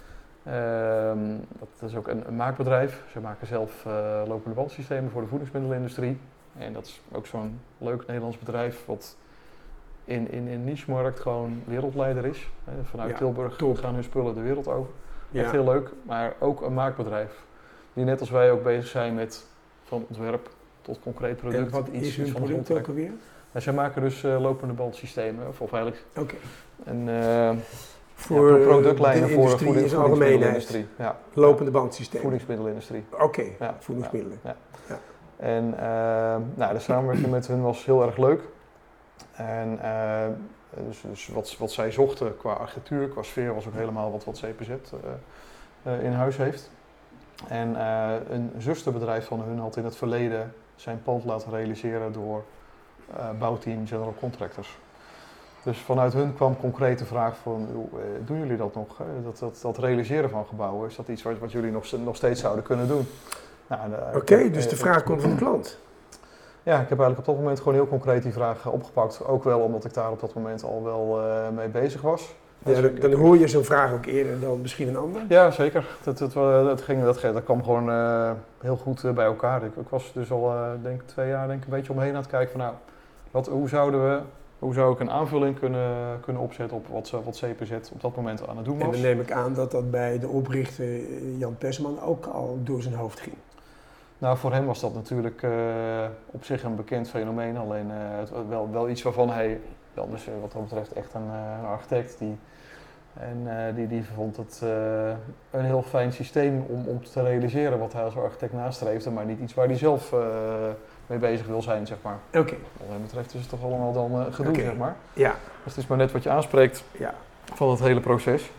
Um, dat is ook een, een maakbedrijf. Ze maken zelf uh, lopende bandsystemen voor de voedingsmiddelenindustrie. En dat is ook zo'n leuk Nederlands bedrijf wat in, in, in niche-markt gewoon wereldleider is. He, vanuit ja, Tilburg top. gaan hun spullen de wereld over. Ja. Echt heel leuk, maar ook een maakbedrijf. Die net als wij ook bezig zijn met van ontwerp tot concreet product. En wat is iets, hun product ook alweer? En zij maken dus uh, lopende bandsystemen, of, of eigenlijk okay. een... Uh, voor ja, productlijnen voor de voedings, voedingsmiddelenindustrie. Ja. Lopende bandsysteem. Voedingsmiddelenindustrie. Oké, okay. ja. voedingsmiddelen. Ja. Ja. Ja. En uh, nou, de samenwerking met hun was heel erg leuk. En uh, dus dus wat, wat zij zochten qua architectuur, qua sfeer was ook helemaal wat, wat C P Z uh, uh, in huis heeft. En uh, een zusterbedrijf van hun had in het verleden zijn pand laten realiseren door uh, bouwteam General Contractors. Dus vanuit hun kwam concrete vraag van, uh, doen jullie dat nog? Hè? Dat, dat, dat realiseren van gebouwen, is dat iets wat, wat jullie nog, nog steeds zouden kunnen doen? Nou, Oké, okay, dus de vraag komt van de klant. Ja, ik heb eigenlijk op dat moment gewoon heel concreet die vraag opgepakt. Ook wel omdat ik daar op dat moment al wel uh, mee bezig was. Ja, dan, dan hoor je zo'n vraag ook eerder dan misschien een ander. Ja, zeker. Dat, dat, dat, ging, dat, dat kwam gewoon uh, heel goed uh, bij elkaar. Ik, ik was dus al uh, denk twee jaar denk, een beetje omheen aan het kijken van nou, wat, hoe zouden we, hoe zou ik een aanvulling kunnen, kunnen opzetten op wat, wat C P Z op dat moment aan het doen was. En dan neem ik aan dat dat bij de oprichter Jan Pesman ook al door zijn hoofd ging. Nou, voor hem was dat natuurlijk uh, op zich een bekend fenomeen, alleen uh, het, wel, wel iets waarvan hij, wel dus uh, wat dat betreft echt een, uh, een architect, die, en uh, die, die vond het uh, een heel fijn systeem om, om te realiseren wat hij als architect nastreefde, maar niet iets waar hij zelf uh, mee bezig wil zijn, zeg maar. Oké. Okay. Wat hem betreft is het toch allemaal dan uh, gedoe, okay. zeg maar. Ja. Dus het is maar net wat je aanspreekt ja. van het hele proces.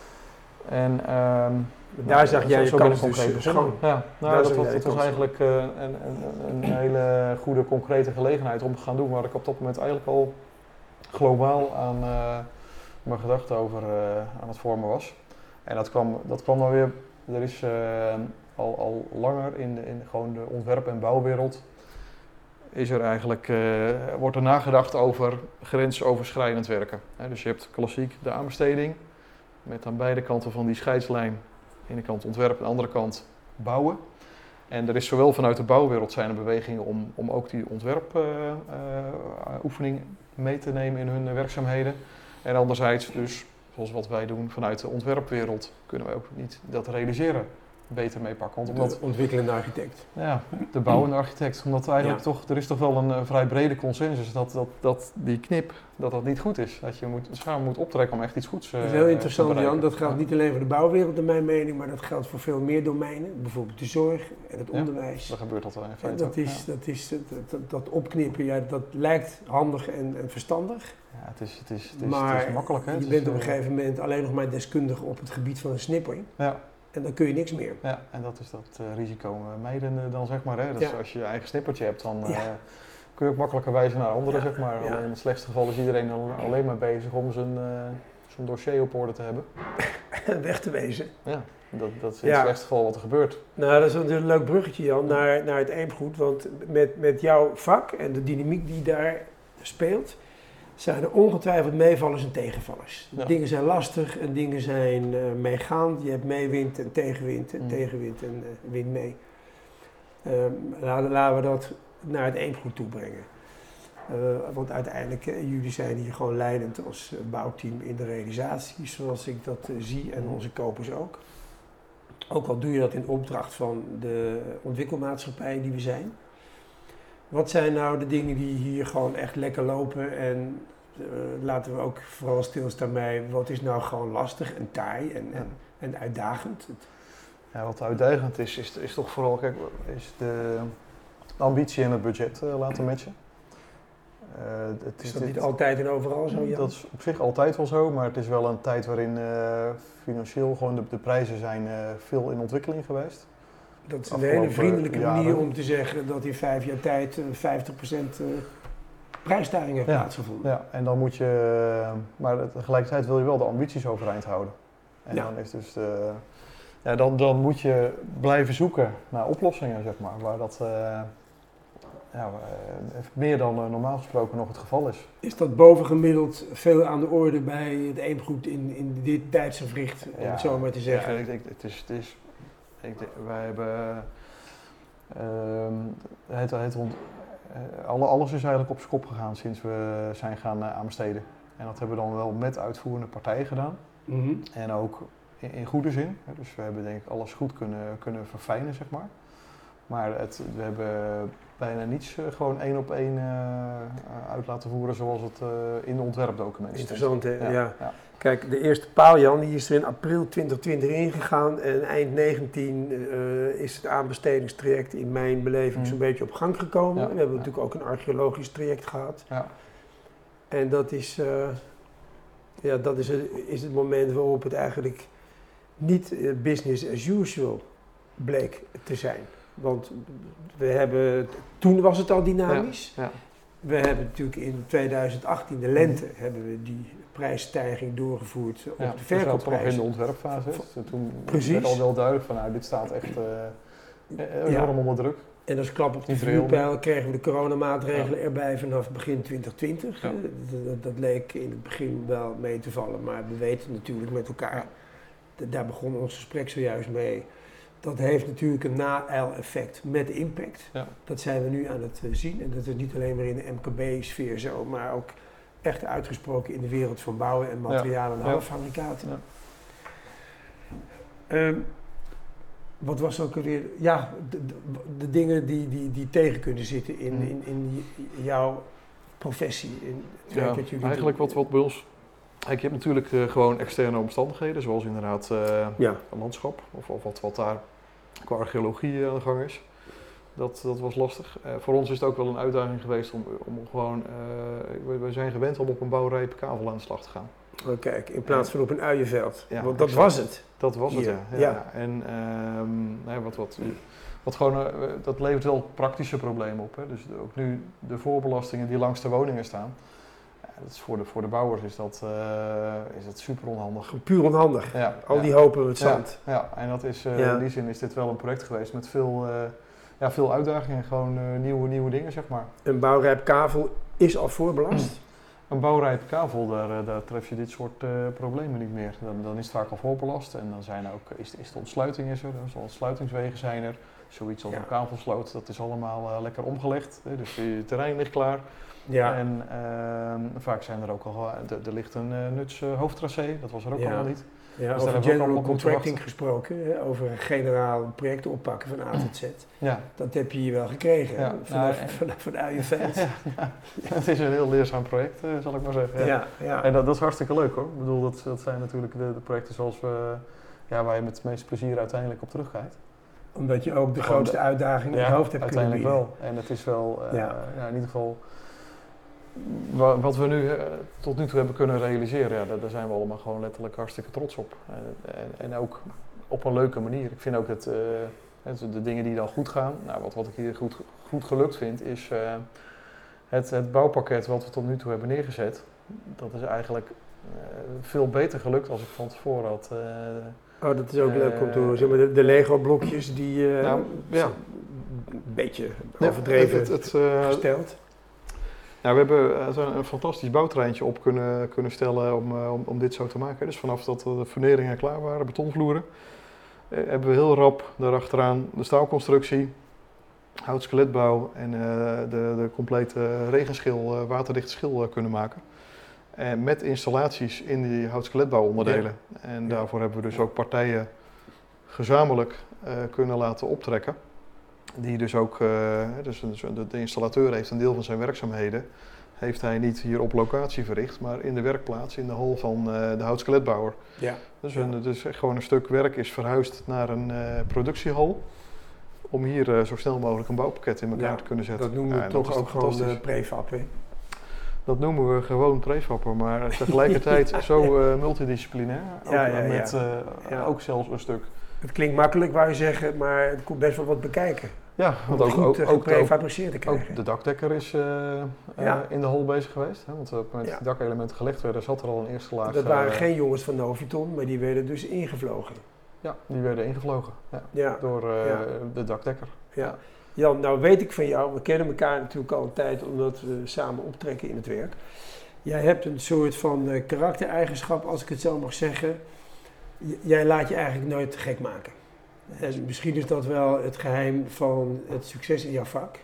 En um, daar nou, zag jij je kans dus schoon. Ja, nou, dat, dat, dat was eigenlijk uh, een, een, een hele goede concrete gelegenheid om te gaan doen waar ik op dat moment eigenlijk al globaal aan uh, mijn gedachten over uh, aan het vormen was. En dat kwam, dat kwam dan weer, er is uh, al, al langer in, de, in gewoon de ontwerp- en bouwwereld is er eigenlijk, uh, wordt er nagedacht over grensoverschrijdend werken. He, dus je hebt klassiek de aanbesteding met aan beide kanten van die scheidslijn, aan de ene kant ontwerp, aan de andere kant bouwen. En er is zowel vanuit de bouwwereld zijn er bewegingen om, om ook die ontwerpoefening uh, uh, mee te nemen in hun werkzaamheden. En anderzijds dus, zoals wat wij doen vanuit de ontwerpwereld, kunnen wij ook niet dat realiseren beter meepakken. Want omdat, de ontwikkelende architect. Ja, de bouwende architect. Omdat eigenlijk ja. toch, er is toch wel een uh, vrij brede consensus dat, dat, dat die knip, dat dat niet goed is. Dat je moet, samen moet optrekken om echt iets goeds uh, dat is heel interessant, Jan. Dat geldt niet alleen voor de bouwwereld naar mijn mening, maar dat geldt voor veel meer domeinen. Bijvoorbeeld de zorg en het onderwijs. Ja, dat gebeurt altijd in feite. Ja, dat, is, ja. dat, is, dat, dat, dat opknippen, ja, dat lijkt handig en, en verstandig. Ja, het is, het is, het is, maar het is makkelijk. Hè? je het bent is, op een gegeven moment alleen nog maar deskundige op het gebied van een snipper. Ja. En dan kun je niks meer. Ja, en dat is dat uh, risico mijden uh, dan, zeg maar. Hè? Dus ja. Als je je eigen snippertje hebt, dan uh, ja. kun je ook makkelijker wijzen naar anderen, ja. zeg maar. Ja. Alleen in het slechtste geval is iedereen dan alleen maar bezig om zijn, uh, zijn dossier op orde te hebben. Weg te wezen. Ja, dat, dat is in ja. het slechtste geval wat er gebeurt. Nou, dat is natuurlijk een leuk bruggetje, Jan, naar, naar het eemgoed. Want met, met jouw vak en de dynamiek die daar speelt, zijn er ongetwijfeld meevallers en tegenvallers. Ja. Dingen zijn lastig en dingen zijn uh, meegaand. Je hebt meewind en tegenwind en mm. tegenwind en uh, wind mee. Um, laten, laten we dat naar het eemgoed toe brengen. Uh, want uiteindelijk, uh, jullie zijn hier gewoon leidend als uh, bouwteam in de realisatie, zoals ik dat uh, zie en onze kopers ook. Ook al doe je dat in opdracht van de ontwikkelmaatschappij die we zijn. Wat zijn nou de dingen die hier gewoon echt lekker lopen en uh, laten we ook vooral stilstaan bij wat is nou gewoon lastig en taai en, ja. en, en uitdagend? Ja, wat uitdagend is, is, is toch vooral kijk, is de ambitie en het budget uh, laten matchen. Uh, het is dat dit, niet altijd en overal zo, Jan? Dat is op zich altijd wel zo, maar het is wel een tijd waarin uh, financieel gewoon de, de prijzen zijn uh, veel in ontwikkeling geweest. Dat is een hele vriendelijke jaren. manier om te zeggen dat in vijf jaar tijd vijftig procent prijsstijging heeft ja, plaatsgevonden. Ja, en dan moet je, maar tegelijkertijd wil je wel de ambities overeind houden. En ja. dan is dus de, ja, dan, dan moet je blijven zoeken naar oplossingen, zeg maar, waar dat uh, ja, meer dan uh, normaal gesproken nog het geval is. Is dat bovengemiddeld veel aan de orde bij het eemgoed in, in dit tijdsgevricht, om ja, het zo maar te zeggen? Ja, ik denk, het is... Het is Ik denk, wij hebben uh, het, het, uh, alle, alles is eigenlijk op z'n kop gegaan sinds we zijn gaan uh, aanbesteden. En dat hebben we dan wel met uitvoerende partijen gedaan. Mm-hmm. En ook in, in goede zin. Dus we hebben denk ik alles goed kunnen, kunnen verfijnen, zeg maar. Maar het, we hebben bijna niets uh, gewoon één op één uh, uit laten voeren zoals het uh, in de ontwerpdocumenten stond. Interessant, hè? Ja, ja. ja. Kijk, de eerste paal, Jan, die is er in april twintig twintig ingegaan en eind negentien uh, is het aanbestedingstraject in mijn beleving mm. zo'n beetje op gang gekomen. Ja, we hebben ja. natuurlijk ook een archeologisch traject gehad. Ja. En dat is, uh, ja, dat is, het, is het moment waarop het eigenlijk niet uh, business as usual bleek te zijn. Want we hebben, toen was het al dynamisch. Ja, ja. We hebben natuurlijk in tweeduizend achttien, de lente, mm. hebben we die prijsstijging doorgevoerd op ja, de verkoopprijzen. nog in de ontwerpfase. Dus toen Precies. werd al wel duidelijk van, nou, dit staat echt uh, enorm ja. onder druk. En als klap op de vuurpijl kregen we de coronamaatregelen ja. erbij vanaf begin twintig twintig. Ja. Dat, dat leek in het begin wel mee te vallen, maar we weten natuurlijk met elkaar, ja. daar begon ons gesprek zojuist mee. Dat heeft natuurlijk een na-eil-effect met impact. Ja. Dat zijn we nu aan het zien. En dat is niet alleen maar in de M K B-sfeer zo, maar ook echt uitgesproken in de wereld van bouwen en materialen ja. en halffabrikaten. Ja. Um, wat was ook alweer, ja, de, de, de dingen die, die, die tegen kunnen zitten in, in, in jouw professie. In het ja, dat jullie eigenlijk doen. Wat, wat bij ons... Kijk, je hebt natuurlijk uh, gewoon externe omstandigheden, zoals inderdaad uh, ja. een landschap of, of wat, wat daar qua archeologie uh, aan de gang is. Dat, dat was lastig. Uh, voor ons is het ook wel een uitdaging geweest om, om gewoon, uh, we, we zijn gewend om op een bouwrijpe kavel aan de slag te gaan. Oh, kijk, in plaats van op een uienveld. Ja, want dat exact. was het. Dat was het, ja. ja. ja. En um, nou ja, wat, wat, wat gewoon, uh, dat levert wel praktische problemen op. Hè. Dus de, ook nu de voorbelastingen die langs de woningen staan. Dat is voor, de, voor de bouwers is dat, uh, is dat super onhandig. Puur onhandig. Ja, Al ja. die hopen het zand. Ja, ja. en dat is, uh, ja. in die zin is dit wel een project geweest met veel, uh, ja, veel uitdagingen en gewoon uh, nieuwe, nieuwe dingen, zeg maar. Een bouwrijp kavel is al voorbelast? Mm. Een bouwrijp kavel, daar, daar tref je dit soort uh, problemen niet meer. Dan, dan is het vaak al voorbelast en dan zijn er ook, is, is de ontsluiting is er, dus ontsluitingswegen zijn er. Zoiets als ja. een kavelsloot, dat is allemaal uh, lekker omgelegd, hè, dus je terrein ligt klaar. Ja. En uh, vaak zijn er ook al, er ligt een uh, nuts uh, hoofdtracé, dat was er ook ja. allemaal niet. Ja, dus over general contracting gesproken, hè, over een generaal project oppakken van A tot Z. Ja. Dat heb je hier wel gekregen, ja. vanaf, nou, vanaf van Uienveld. Ja, ja. Het is een heel leerzaam project, uh, zal ik maar zeggen. Ja. Ja, ja. En dat, dat is hartstikke leuk hoor. Ik bedoel, dat, dat zijn natuurlijk de, de projecten zoals we, ja, waar je met het meeste plezier uiteindelijk op terugkijkt. Omdat je ook de Gewoon grootste de, uitdaging in ja, het hoofd hebt kunnen bieden. Uiteindelijk wel. En het is wel, uh, ja. Ja, in ieder geval... Wat we nu uh, tot nu toe hebben kunnen realiseren, ja, daar, daar zijn we allemaal gewoon letterlijk hartstikke trots op. En, en, en ook op een leuke manier. Ik vind ook het, uh, het, de dingen die dan goed gaan, nou, wat, wat ik hier goed, goed gelukt vind, is uh, het, het bouwpakket wat we tot nu toe hebben neergezet. Dat is eigenlijk uh, veel beter gelukt als ik van tevoren had. Uh, oh, dat is ook uh, leuk om te horen. Zeg maar de, de Lego blokjes die uh, nou, ja. een beetje overdreven ja, het, het, uh, gesteld. Ja, we hebben een fantastisch bouwtreintje op kunnen, kunnen stellen om, om, om dit zo te maken. Dus vanaf dat de furneringen klaar waren, betonvloeren, eh, hebben we heel rap daarachteraan de staalconstructie, houtskeletbouw en uh, de, de complete regenschil, uh, waterdichte schil uh, kunnen maken. En met installaties in die houtskeletbouwonderdelen. Ja. En daarvoor hebben we dus ook partijen gezamenlijk uh, kunnen laten optrekken. Die dus ook, uh, dus de, de installateur heeft een deel van zijn werkzaamheden, heeft hij niet hier op locatie verricht, maar in de werkplaats, in de hal van uh, de houtskeletbouwer. Ja. Dus, ja. Een, dus gewoon een stuk werk is verhuisd naar een uh, productiehal, om hier uh, zo snel mogelijk een bouwpakket in elkaar ja, te kunnen zetten. Dat noemen we ja, toch ook gewoon de prefab, hè? Dat noemen we gewoon prefabber, maar tegelijkertijd zo uh, multidisciplinair, ook, ja, ja, ja. met uh, ja. ook zelfs een stuk. Het klinkt makkelijk, wou je zeggen, maar het komt best wel wat bekijken. Ja, want ook, goed ook, geprefabriceerd te krijgen. Ook de dakdekker is uh, ja. uh, in de hol bezig geweest. Hè? Want uh, met ja. dakelementen gelegd werden, zat er al een eerste laag. Dat waren uh, geen jongens van Noviton, maar die werden dus ingevlogen. Ja, die werden ingevlogen ja. Ja. door uh, ja. de dakdekker. Ja. Jan, nou weet ik van jou, we kennen elkaar natuurlijk al een tijd omdat we samen optrekken in het werk. Jij hebt een soort van uh, karaktereigenschap, als ik het zo mag zeggen. J- jij laat je eigenlijk nooit te gek maken. En misschien is dat wel het geheim van het succes in jouw vak.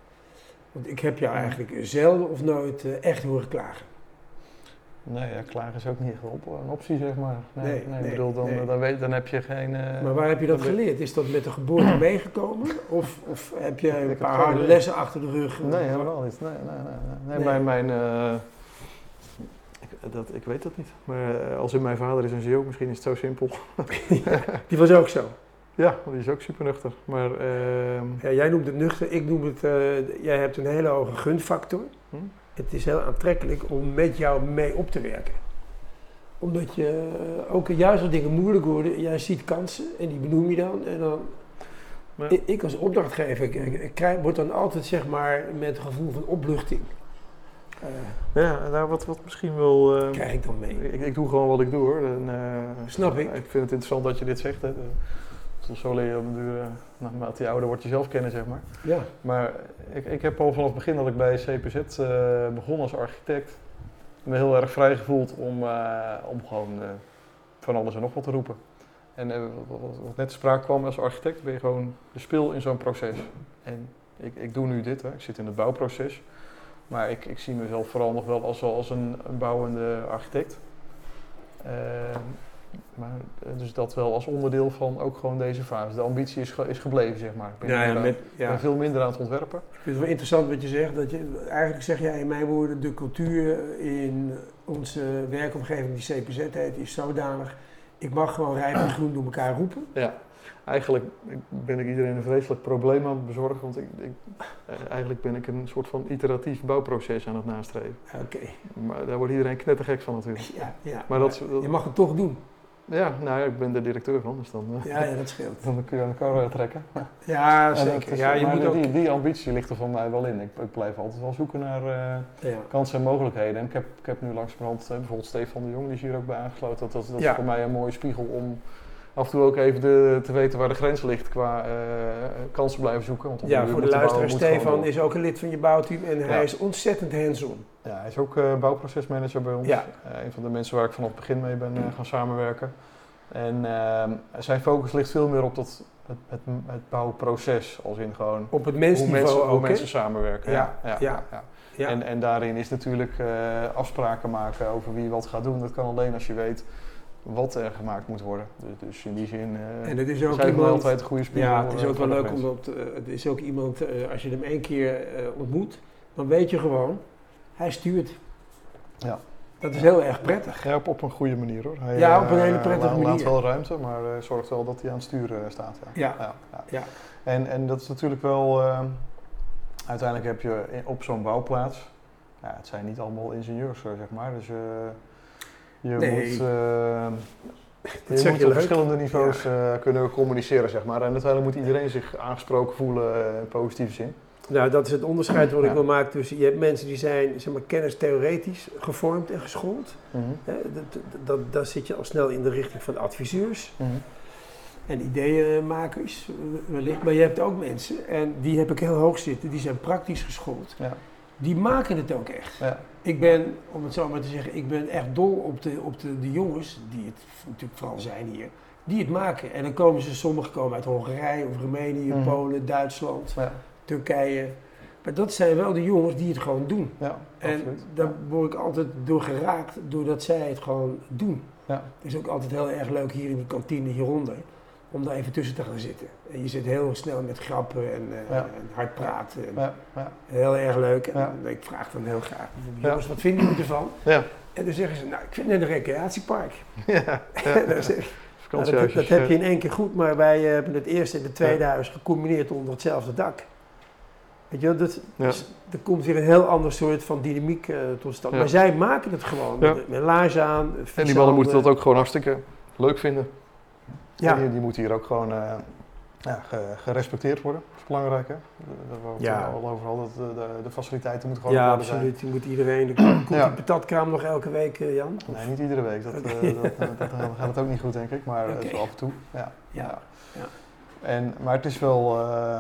Want ik heb jou eigenlijk zelden of nooit uh, echt horen klagen. Nee, ja, klagen is ook niet echt op, een optie, zeg maar. Nee, nee, nee, nee, bedoel, dan, nee. Dan, weet, dan heb je geen... Uh, maar waar heb je dat geleerd? Is dat met de geboorte meegekomen? Of, of heb je een paar harde lessen lessen achter de rug? Nee, helemaal niet. Nee, nee, nee, nee. nee, nee. Mijn... mijn uh, ik, dat, ik weet dat niet. Maar uh, als in mijn vader is een zeeuw, misschien is het zo simpel. Die was ook zo? Ja, die is ook super nuchter. Maar, uh, ja, jij noemt het nuchter, ik noem het, uh, jij hebt een hele hoge gunfactor. Hm? het is heel aantrekkelijk om met jou mee op te werken. Omdat je uh, ook juist als dingen moeilijk worden, jij ziet kansen en die benoem je dan. En dan Ja. ik, ik als opdrachtgever, ik, ik, ik krijg, word dan altijd zeg maar met een gevoel van opluchting. Uh, Ja, nou, wat, wat misschien wel... Uh, krijg ik dan mee. Ik, ik doe gewoon wat ik doe hoor. En, uh, Snap ik. Ik vind het interessant dat je dit zegt. Hè. Tot zo leer je op een duur, uh, naarmate je ouder wordt, jezelf kennen, zeg maar. Ja. Maar ik, ik heb al vanaf het begin dat ik bij C P Z uh, begon als architect, me heel erg vrij gevoeld om, uh, om gewoon uh, van alles en nog wat te roepen. En uh, wat, wat net te sprake kwam als architect, ben je gewoon de spil in zo'n proces. En ik, ik doe nu dit, hè. Ik zit in het bouwproces. Maar ik, ik zie mezelf vooral nog wel als, als een, een bouwende architect. Uh, maar, dus dat wel als onderdeel van ook gewoon deze fase. De ambitie is, ge, is gebleven, zeg maar. Ik ben, Ja, ja, aan, met, ja. ben veel minder aan het ontwerpen. Ik vind het wel interessant wat je zegt. Dat je, eigenlijk zeg jij in mijn woorden, de cultuur in onze werkomgeving die C P Z heet, is zodanig. Ik mag gewoon rijp en groen door elkaar roepen. Ja, eigenlijk ben ik iedereen een vreselijk probleem aan het bezorgen. Want ik, ik, eigenlijk ben ik een soort van iteratief bouwproces aan het nastreven. Oké. Okay. Maar daar wordt iedereen knettergek van natuurlijk. Ja, ja. Maar dat, dat, je mag het toch doen. Ja, nou ja, ik ben de directeur van, dus dan, uh, ja, ja, dat scheelt. Dan kun je aan de kar trekken. Ja, zeker. Is, ja, je moet die, ook... die, die ambitie ligt er van mij wel in. Ik, ik blijf altijd wel zoeken naar uh, ja. kansen en mogelijkheden. En ik heb, ik heb nu langzamerhand, uh, bijvoorbeeld Stefan de Jong, die is hier ook bij aangesloten. Dat, dat, dat ja. is voor mij een mooie spiegel om af en toe ook even de, te weten waar de grens ligt qua uh, kansen blijven zoeken. Want ja, voor de luisteraar, Stefan is ook een lid van je bouwteam en hij ja. is ontzettend hands-on. Ja, hij is ook uh, bouwprocesmanager bij ons. Ja. Uh, een van de mensen waar ik vanaf het begin mee ben uh, gaan samenwerken. En uh, zijn focus ligt veel meer op dat, het, het, het bouwproces, als in gewoon op het mensniveau hoe mensen, ook, hoe mensen samenwerken. Ja, ja, ja, ja. ja. ja. En, en daarin is natuurlijk uh, afspraken maken over wie wat gaat doen. Dat kan alleen als je weet wat er gemaakt moet worden. Dus, dus in die zin uh, en het is ook zijn iemand, altijd een goede spiegel. Ja, het is ook uh, wel leuk omdat uh, het is ook iemand, uh, als je hem één keer uh, ontmoet, dan weet je gewoon, hij stuurt. Ja. Dat is heel erg prettig. Ja, op, op een goede manier hoor. Hij, ja, op een hele prettige uh, manier. Laat wel ruimte, maar uh, zorgt wel dat hij aan het sturen staat. Ja. Ja. Ja, ja. ja. En, en dat is natuurlijk wel, uh, uiteindelijk heb je op zo'n bouwplaats, ja, het zijn niet allemaal ingenieurs zeg maar, dus uh, je nee. moet, uh, je moet je op leuk. verschillende niveaus ja. uh, kunnen communiceren zeg maar. En uiteindelijk moet iedereen zich aangesproken voelen uh, in positieve zin. Nou, dat is het onderscheid wat ja. ik wil maken tussen, je hebt mensen die zijn, zeg maar, kennistheoretisch gevormd en geschoold. Mm-hmm. Hè, dat, dat, dat zit je al snel in de richting van adviseurs Mm-hmm. en ideeënmakers wellicht. Maar je hebt ook mensen, en die heb ik heel hoog zitten, die zijn praktisch geschoold. Ja. Die maken het ook echt. Ja. Ik ben, om het zo maar te zeggen, ik ben echt dol op de, op de, de jongens, die het natuurlijk vooral zijn hier, die het maken. En dan komen ze, sommigen komen uit Hongarije of Roemenië, mm-hmm. Polen, Duitsland. Ja. Turkije. Maar dat zijn wel de jongens die het gewoon doen. Ja, en absoluut. daar word ik altijd door geraakt, doordat zij het gewoon doen. Ja. Het is ook altijd heel erg leuk hier in die kantine hieronder, om daar even tussen te gaan zitten. En je zit heel snel met grappen en, uh, ja. en hard praten. En ja, ja. Heel erg leuk. En ja. ik vraag dan heel graag, jongens, ja. wat vinden jullie ervan? Ja. En dan zeggen ze, nou, ik vind het een recreatiepark. Ja, ja. dan zeg ik, nou, dat, dat heb je in één keer goed, maar wij uh, hebben het eerste en het tweede ja. huis gecombineerd onder hetzelfde dak. Weet je, dat, ja. dus, er komt weer een heel ander soort van dynamiek uh, tot stand. Ja. Maar zij maken het gewoon, ja. met, met laars aan. En die mannen moeten dat ook gewoon hartstikke leuk vinden. Ja. Die, die moeten hier ook gewoon uh, ja, gerespecteerd worden, dat is belangrijk hè. Daar waren we ja. het al over al, dat de, de, de faciliteiten moeten gewoon ja, op orde zijn. Ja, absoluut. Die moet iedereen, komt ja. die patatkraam nog elke week, uh, Jan? Nee, niet iedere week, dat, okay. uh, dat, dat, dat gaat het ook niet goed denk ik, maar okay. zo af en toe. Ja. Ja. Ja. En, maar het is wel... Uh,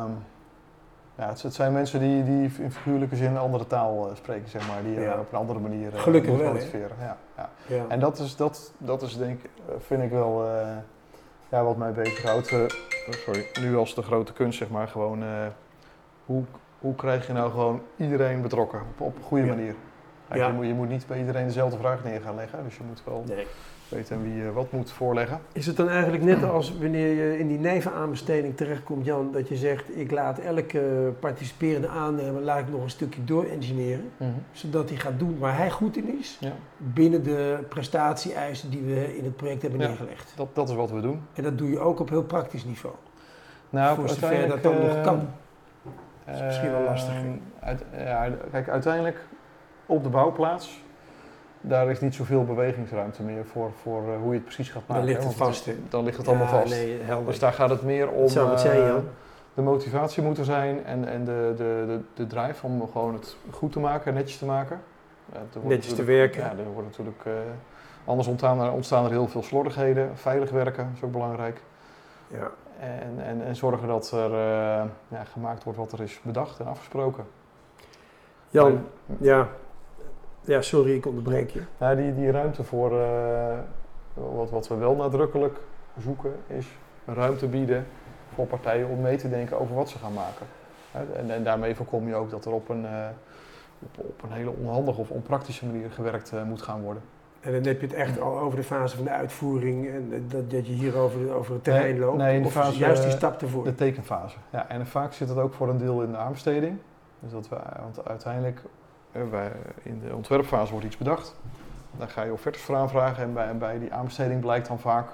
Ja, het, het zijn mensen die, die in figuurlijke zin een andere taal uh, spreken, zeg maar, die ja. uh, op een andere manier uh, gelukkig wel, ja, ja. ja. En dat is, dat, dat is denk ik, vind ik wel, uh, ja, wat mij bezighoudt. Uh, sorry, nu als de grote kunst, zeg maar, gewoon, uh, hoe, hoe krijg je nou gewoon iedereen betrokken op, op een goede ja. manier? Ja. Je, moet, je moet niet bij iedereen dezelfde vraag neer gaan leggen, dus je moet wel... Nee. weten wie uh, wat moet voorleggen. Is het dan eigenlijk net als wanneer je in die nevenaanbesteding terechtkomt, Jan, dat je zegt, ik laat elke participerende aannemer, laat ik nog een stukje door-engineeren, mm-hmm. zodat hij gaat doen waar hij goed in is, ja. binnen de prestatie-eisen die we in het project hebben ja, neergelegd. Dat, dat is wat we doen. En dat doe je ook op heel praktisch niveau. Nou, voor zover dat dan uh, nog kan. Dat is misschien wel lastig. Uh, uit, ja, kijk, uiteindelijk op de bouwplaats, daar is niet zoveel bewegingsruimte meer voor, voor uh, hoe je het precies gaat maken. Dan ligt hè, het want vast. Hè? Dan ligt het Ja, allemaal vast. Nee, helder. Dus daar gaat het meer om Dat zou het zijn, uh, Jan. de motivatie moeten zijn en, en de, de, de, de drive om gewoon het goed te maken, netjes te maken. Ja, er wordt Netjes te werken. Ja, er wordt natuurlijk, uh, anders ontstaan er, ontstaan er heel veel slordigheden. Veilig werken is ook belangrijk. Ja. En, en, en zorgen dat er uh, ja, gemaakt wordt wat er is bedacht en afgesproken. Jan, maar, ja. Ja, sorry, ik onderbreek je. Ja, die, die ruimte voor, uh, wat, wat we wel nadrukkelijk zoeken, is ruimte bieden voor partijen om mee te denken over wat ze gaan maken. En, en daarmee voorkom je ook dat er op een, uh, op, op een hele onhandige of onpraktische manier gewerkt uh, moet gaan worden. En dan heb je het echt al over de fase van de uitvoering en dat, dat je hier over, over het terrein nee, loopt? Nee, in de of fase, juist die stap ervoor? De tekenfase. Ja, en vaak zit het ook voor een deel in de aanbesteding. Dus dat we, want uiteindelijk, wij, in de ontwerpfase wordt iets bedacht. Daar ga je offertes voor aanvragen en bij, bij die aanbesteding blijkt dan vaak,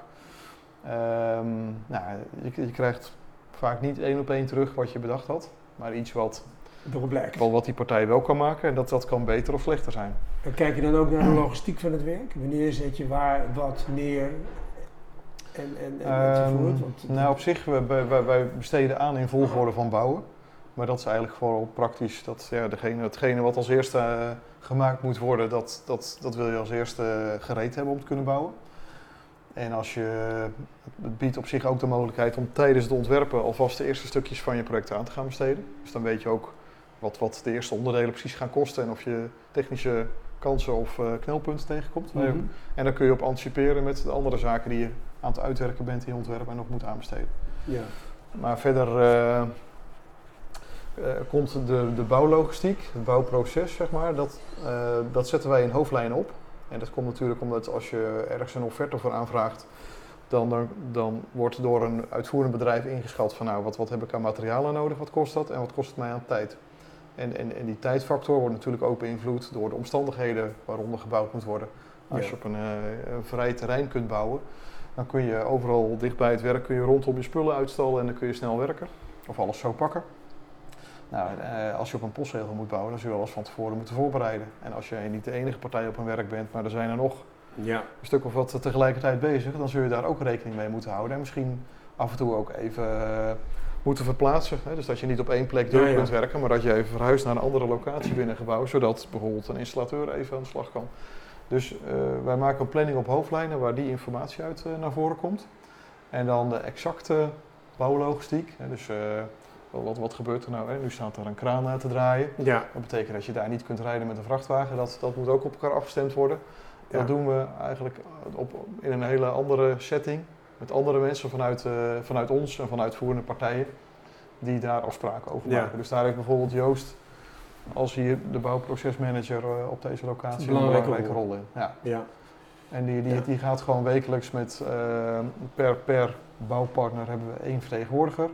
um, nou, je, je krijgt vaak niet één op één terug wat je bedacht had, maar iets wat, wel wat die partij wel kan maken en dat, dat kan beter of slechter zijn. En kijk je dan ook naar de logistiek van het werk? Wanneer zet je waar, wat neer en, en, en um, enzovoort? Want, nou, op zich, wij, wij, wij besteden aan in volgorde van bouwen. Maar dat is eigenlijk vooral praktisch. Dat, ja, degene, hetgene wat als eerste uh, gemaakt moet worden, dat, dat, dat wil je als eerste uh, gereed hebben om te kunnen bouwen. En als je, het biedt op zich ook de mogelijkheid om tijdens het ontwerpen alvast de eerste stukjes van je project aan te gaan besteden. Dus dan weet je ook wat, wat de eerste onderdelen precies gaan kosten en of je technische kansen of uh, knelpunten tegenkomt. Mm-hmm. En dan kun je op anticiperen met de andere zaken die je aan het uitwerken bent in je ontwerp en nog moet aanbesteden. Ja. Maar verder uh, uh, komt de, de bouwlogistiek, het bouwproces, zeg maar, dat, uh, dat zetten wij in hoofdlijnen op. En dat komt natuurlijk omdat als je ergens een offerte voor aanvraagt, dan, dan, dan wordt door een uitvoerend bedrijf ingeschat van nou, wat, wat heb ik aan materialen nodig, wat kost dat en wat kost het mij aan tijd. En, en, en die tijdfactor wordt natuurlijk ook beïnvloed door de omstandigheden waaronder gebouwd moet worden. Als Ja. je op een, uh, een vrij terrein kunt bouwen, dan kun je overal dicht bij het werk kun je rondom je spullen uitstallen en dan kun je snel werken. Of alles zo pakken. Nou, uh, als je op een postzegel moet bouwen, dan zul je alles van tevoren moeten voorbereiden. En als je niet de enige partij op een werk bent, maar er zijn er nog Ja. een stuk of wat tegelijkertijd bezig, dan zul je daar ook rekening mee moeten houden. En misschien af en toe ook even uh, moeten verplaatsen. Hè? Dus dat je niet op één plek door Ja, ja. kunt werken, maar dat je even verhuist naar een andere locatie binnen een gebouw, zodat bijvoorbeeld een installateur even aan de slag kan. Dus uh, wij maken een planning op hoofdlijnen waar die informatie uit uh, naar voren komt. En dan de exacte bouwlogistiek. Hè? Dus uh, wat, wat gebeurt er nou? Hè? Nu staat er een kraan aan te draaien. Ja. Dat betekent dat je daar niet kunt rijden met een vrachtwagen. Dat, dat moet ook op elkaar afgestemd worden. Ja. Dat doen we eigenlijk op, in een hele andere setting. Met andere mensen vanuit, uh, vanuit ons en vanuit voerende partijen. Die daar afspraken over maken. Ja. Dus daar heeft bijvoorbeeld Joost als hier de bouwprocesmanager uh, op deze locatie Een belangrijke een belangrijke rol in. Ja. Ja. En die, die, Ja. die gaat gewoon wekelijks met uh, per, per bouwpartner hebben we één vertegenwoordiger.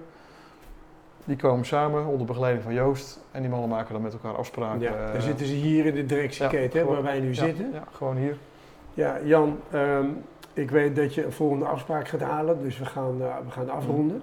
Die komen samen onder begeleiding van Joost en die mannen maken dan met elkaar afspraken. Ja. Uh, Dan zitten ze hier in de directieketen, ja, hè, waar wij nu ja, zitten. Ja, gewoon hier. Ja, Jan, um, ik weet dat je een volgende afspraak gaat halen, dus we gaan, uh, we gaan afronden.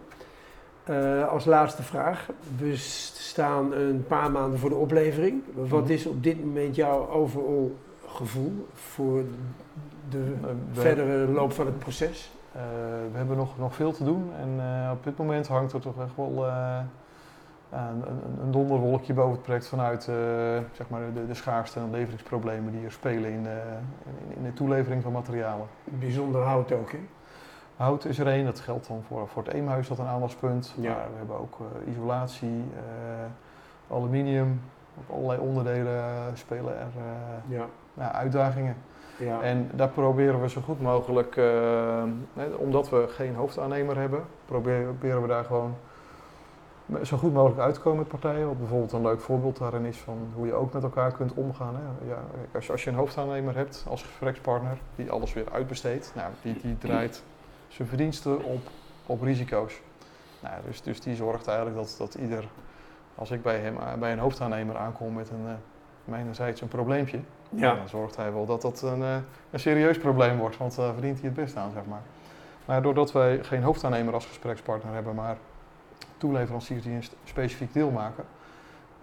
Uh, als laatste vraag, we staan een paar maanden voor de oplevering. Wat is op dit moment jouw overall gevoel voor de Uh, we, verdere loop van het proces? uh, we hebben nog, nog veel te doen en uh, op dit moment hangt er toch echt wel uh, een, een, een donderwolkje boven het project vanuit uh, zeg maar de, de schaarste en leveringsproblemen die er spelen in, uh, in, in de toelevering van materialen. Bijzonder hout ook, hè? Hout is er één, dat geldt dan voor, voor het Eemhuis, dat een aandachtspunt. Ja. Maar we hebben ook uh, isolatie, uh, aluminium, op allerlei onderdelen spelen er uh, Ja. ja, uitdagingen. Ja. En daar proberen we zo goed mogelijk, uh, nee, omdat we geen hoofdaannemer hebben, proberen, proberen we daar gewoon zo goed mogelijk uit te komen met partijen. Wat bijvoorbeeld een leuk voorbeeld daarin is van hoe je ook met elkaar kunt omgaan. Hè. Ja, als, je, als je een hoofdaannemer hebt als gesprekspartner die alles weer uitbesteedt, nou, die, die draait zijn verdiensten op, op risico's. Nou, dus, dus die zorgt eigenlijk dat, dat ieder, als ik bij, hem, bij een hoofdaannemer aankom met een, uh, mijnerzijds een probleempje, Ja. dan zorgt hij wel dat dat een, uh, een serieus probleem wordt, want daar uh, verdient hij het best aan, zeg maar. Maar doordat wij geen hoofdaannemer als gesprekspartner hebben, maar toeleveranciers die een specifiek deel maken,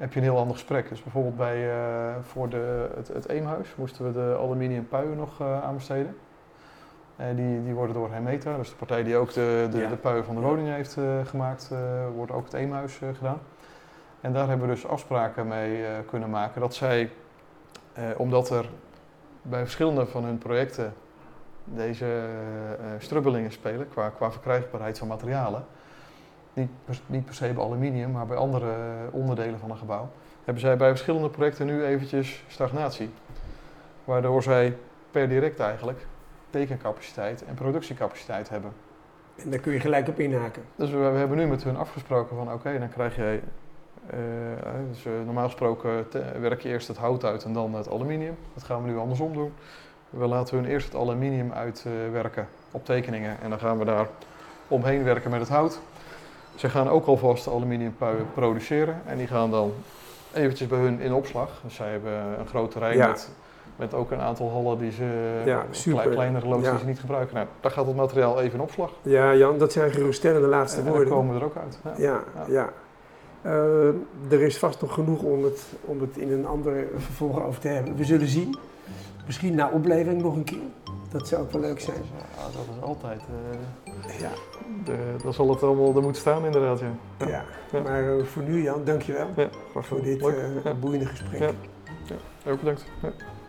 heb je een heel ander gesprek. Dus bijvoorbeeld bij, uh, voor de, het, het Eemhuis moesten we de aluminium puien nog uh, aanbesteden. Uh, die, die worden door Hemeta, dus de partij die ook de, de, ja. de puien van de woningen heeft uh, gemaakt, uh, wordt ook het Eemhuis uh, gedaan. En daar hebben we dus afspraken mee uh, kunnen maken dat zij, uh, omdat er bij verschillende van hun projecten deze uh, strubbelingen spelen qua, qua verkrijgbaarheid van materialen, niet per, niet per se bij aluminium, maar bij andere uh, onderdelen van een gebouw, hebben zij bij verschillende projecten nu eventjes stagnatie. Waardoor zij per direct eigenlijk tekencapaciteit en productiecapaciteit hebben. En daar kun je gelijk op inhaken. Dus we, we hebben nu met hun afgesproken van oké, okay, dan krijg jij, uh, dus, uh, normaal gesproken te, werk je eerst het hout uit en dan het aluminium. Dat gaan we nu andersom doen. We laten hun eerst het aluminium uitwerken uh, op tekeningen en dan gaan we daar omheen werken met het hout. Ze gaan ook alvast aluminiumpuien produceren en die gaan dan eventjes bij hun in opslag. Dus zij hebben een groot terrein ja. met, met ook een aantal hallen die ze, ja, klein, kleinere loods ja. die ze niet gebruiken. Nou, daar gaat het materiaal even in opslag. Ja, Jan, dat zijn geruststellende laatste en, woorden. En dan komen we er ook uit. Ja, ja. ja. ja. Uh, er is vast nog genoeg om het, om het in een ander vervolg over te hebben. We zullen zien. Misschien na opleving nog een keer. Dat zou ook wel leuk zijn. Ja, dat is altijd. Uh, ja. De, dan zal het allemaal er moeten staan inderdaad, ja. Ja, ja. ja. maar uh, voor nu Jan, dankjewel ja, voor dit uh, ja. boeiende gesprek. Ja, ja. Ook bedankt. Ja.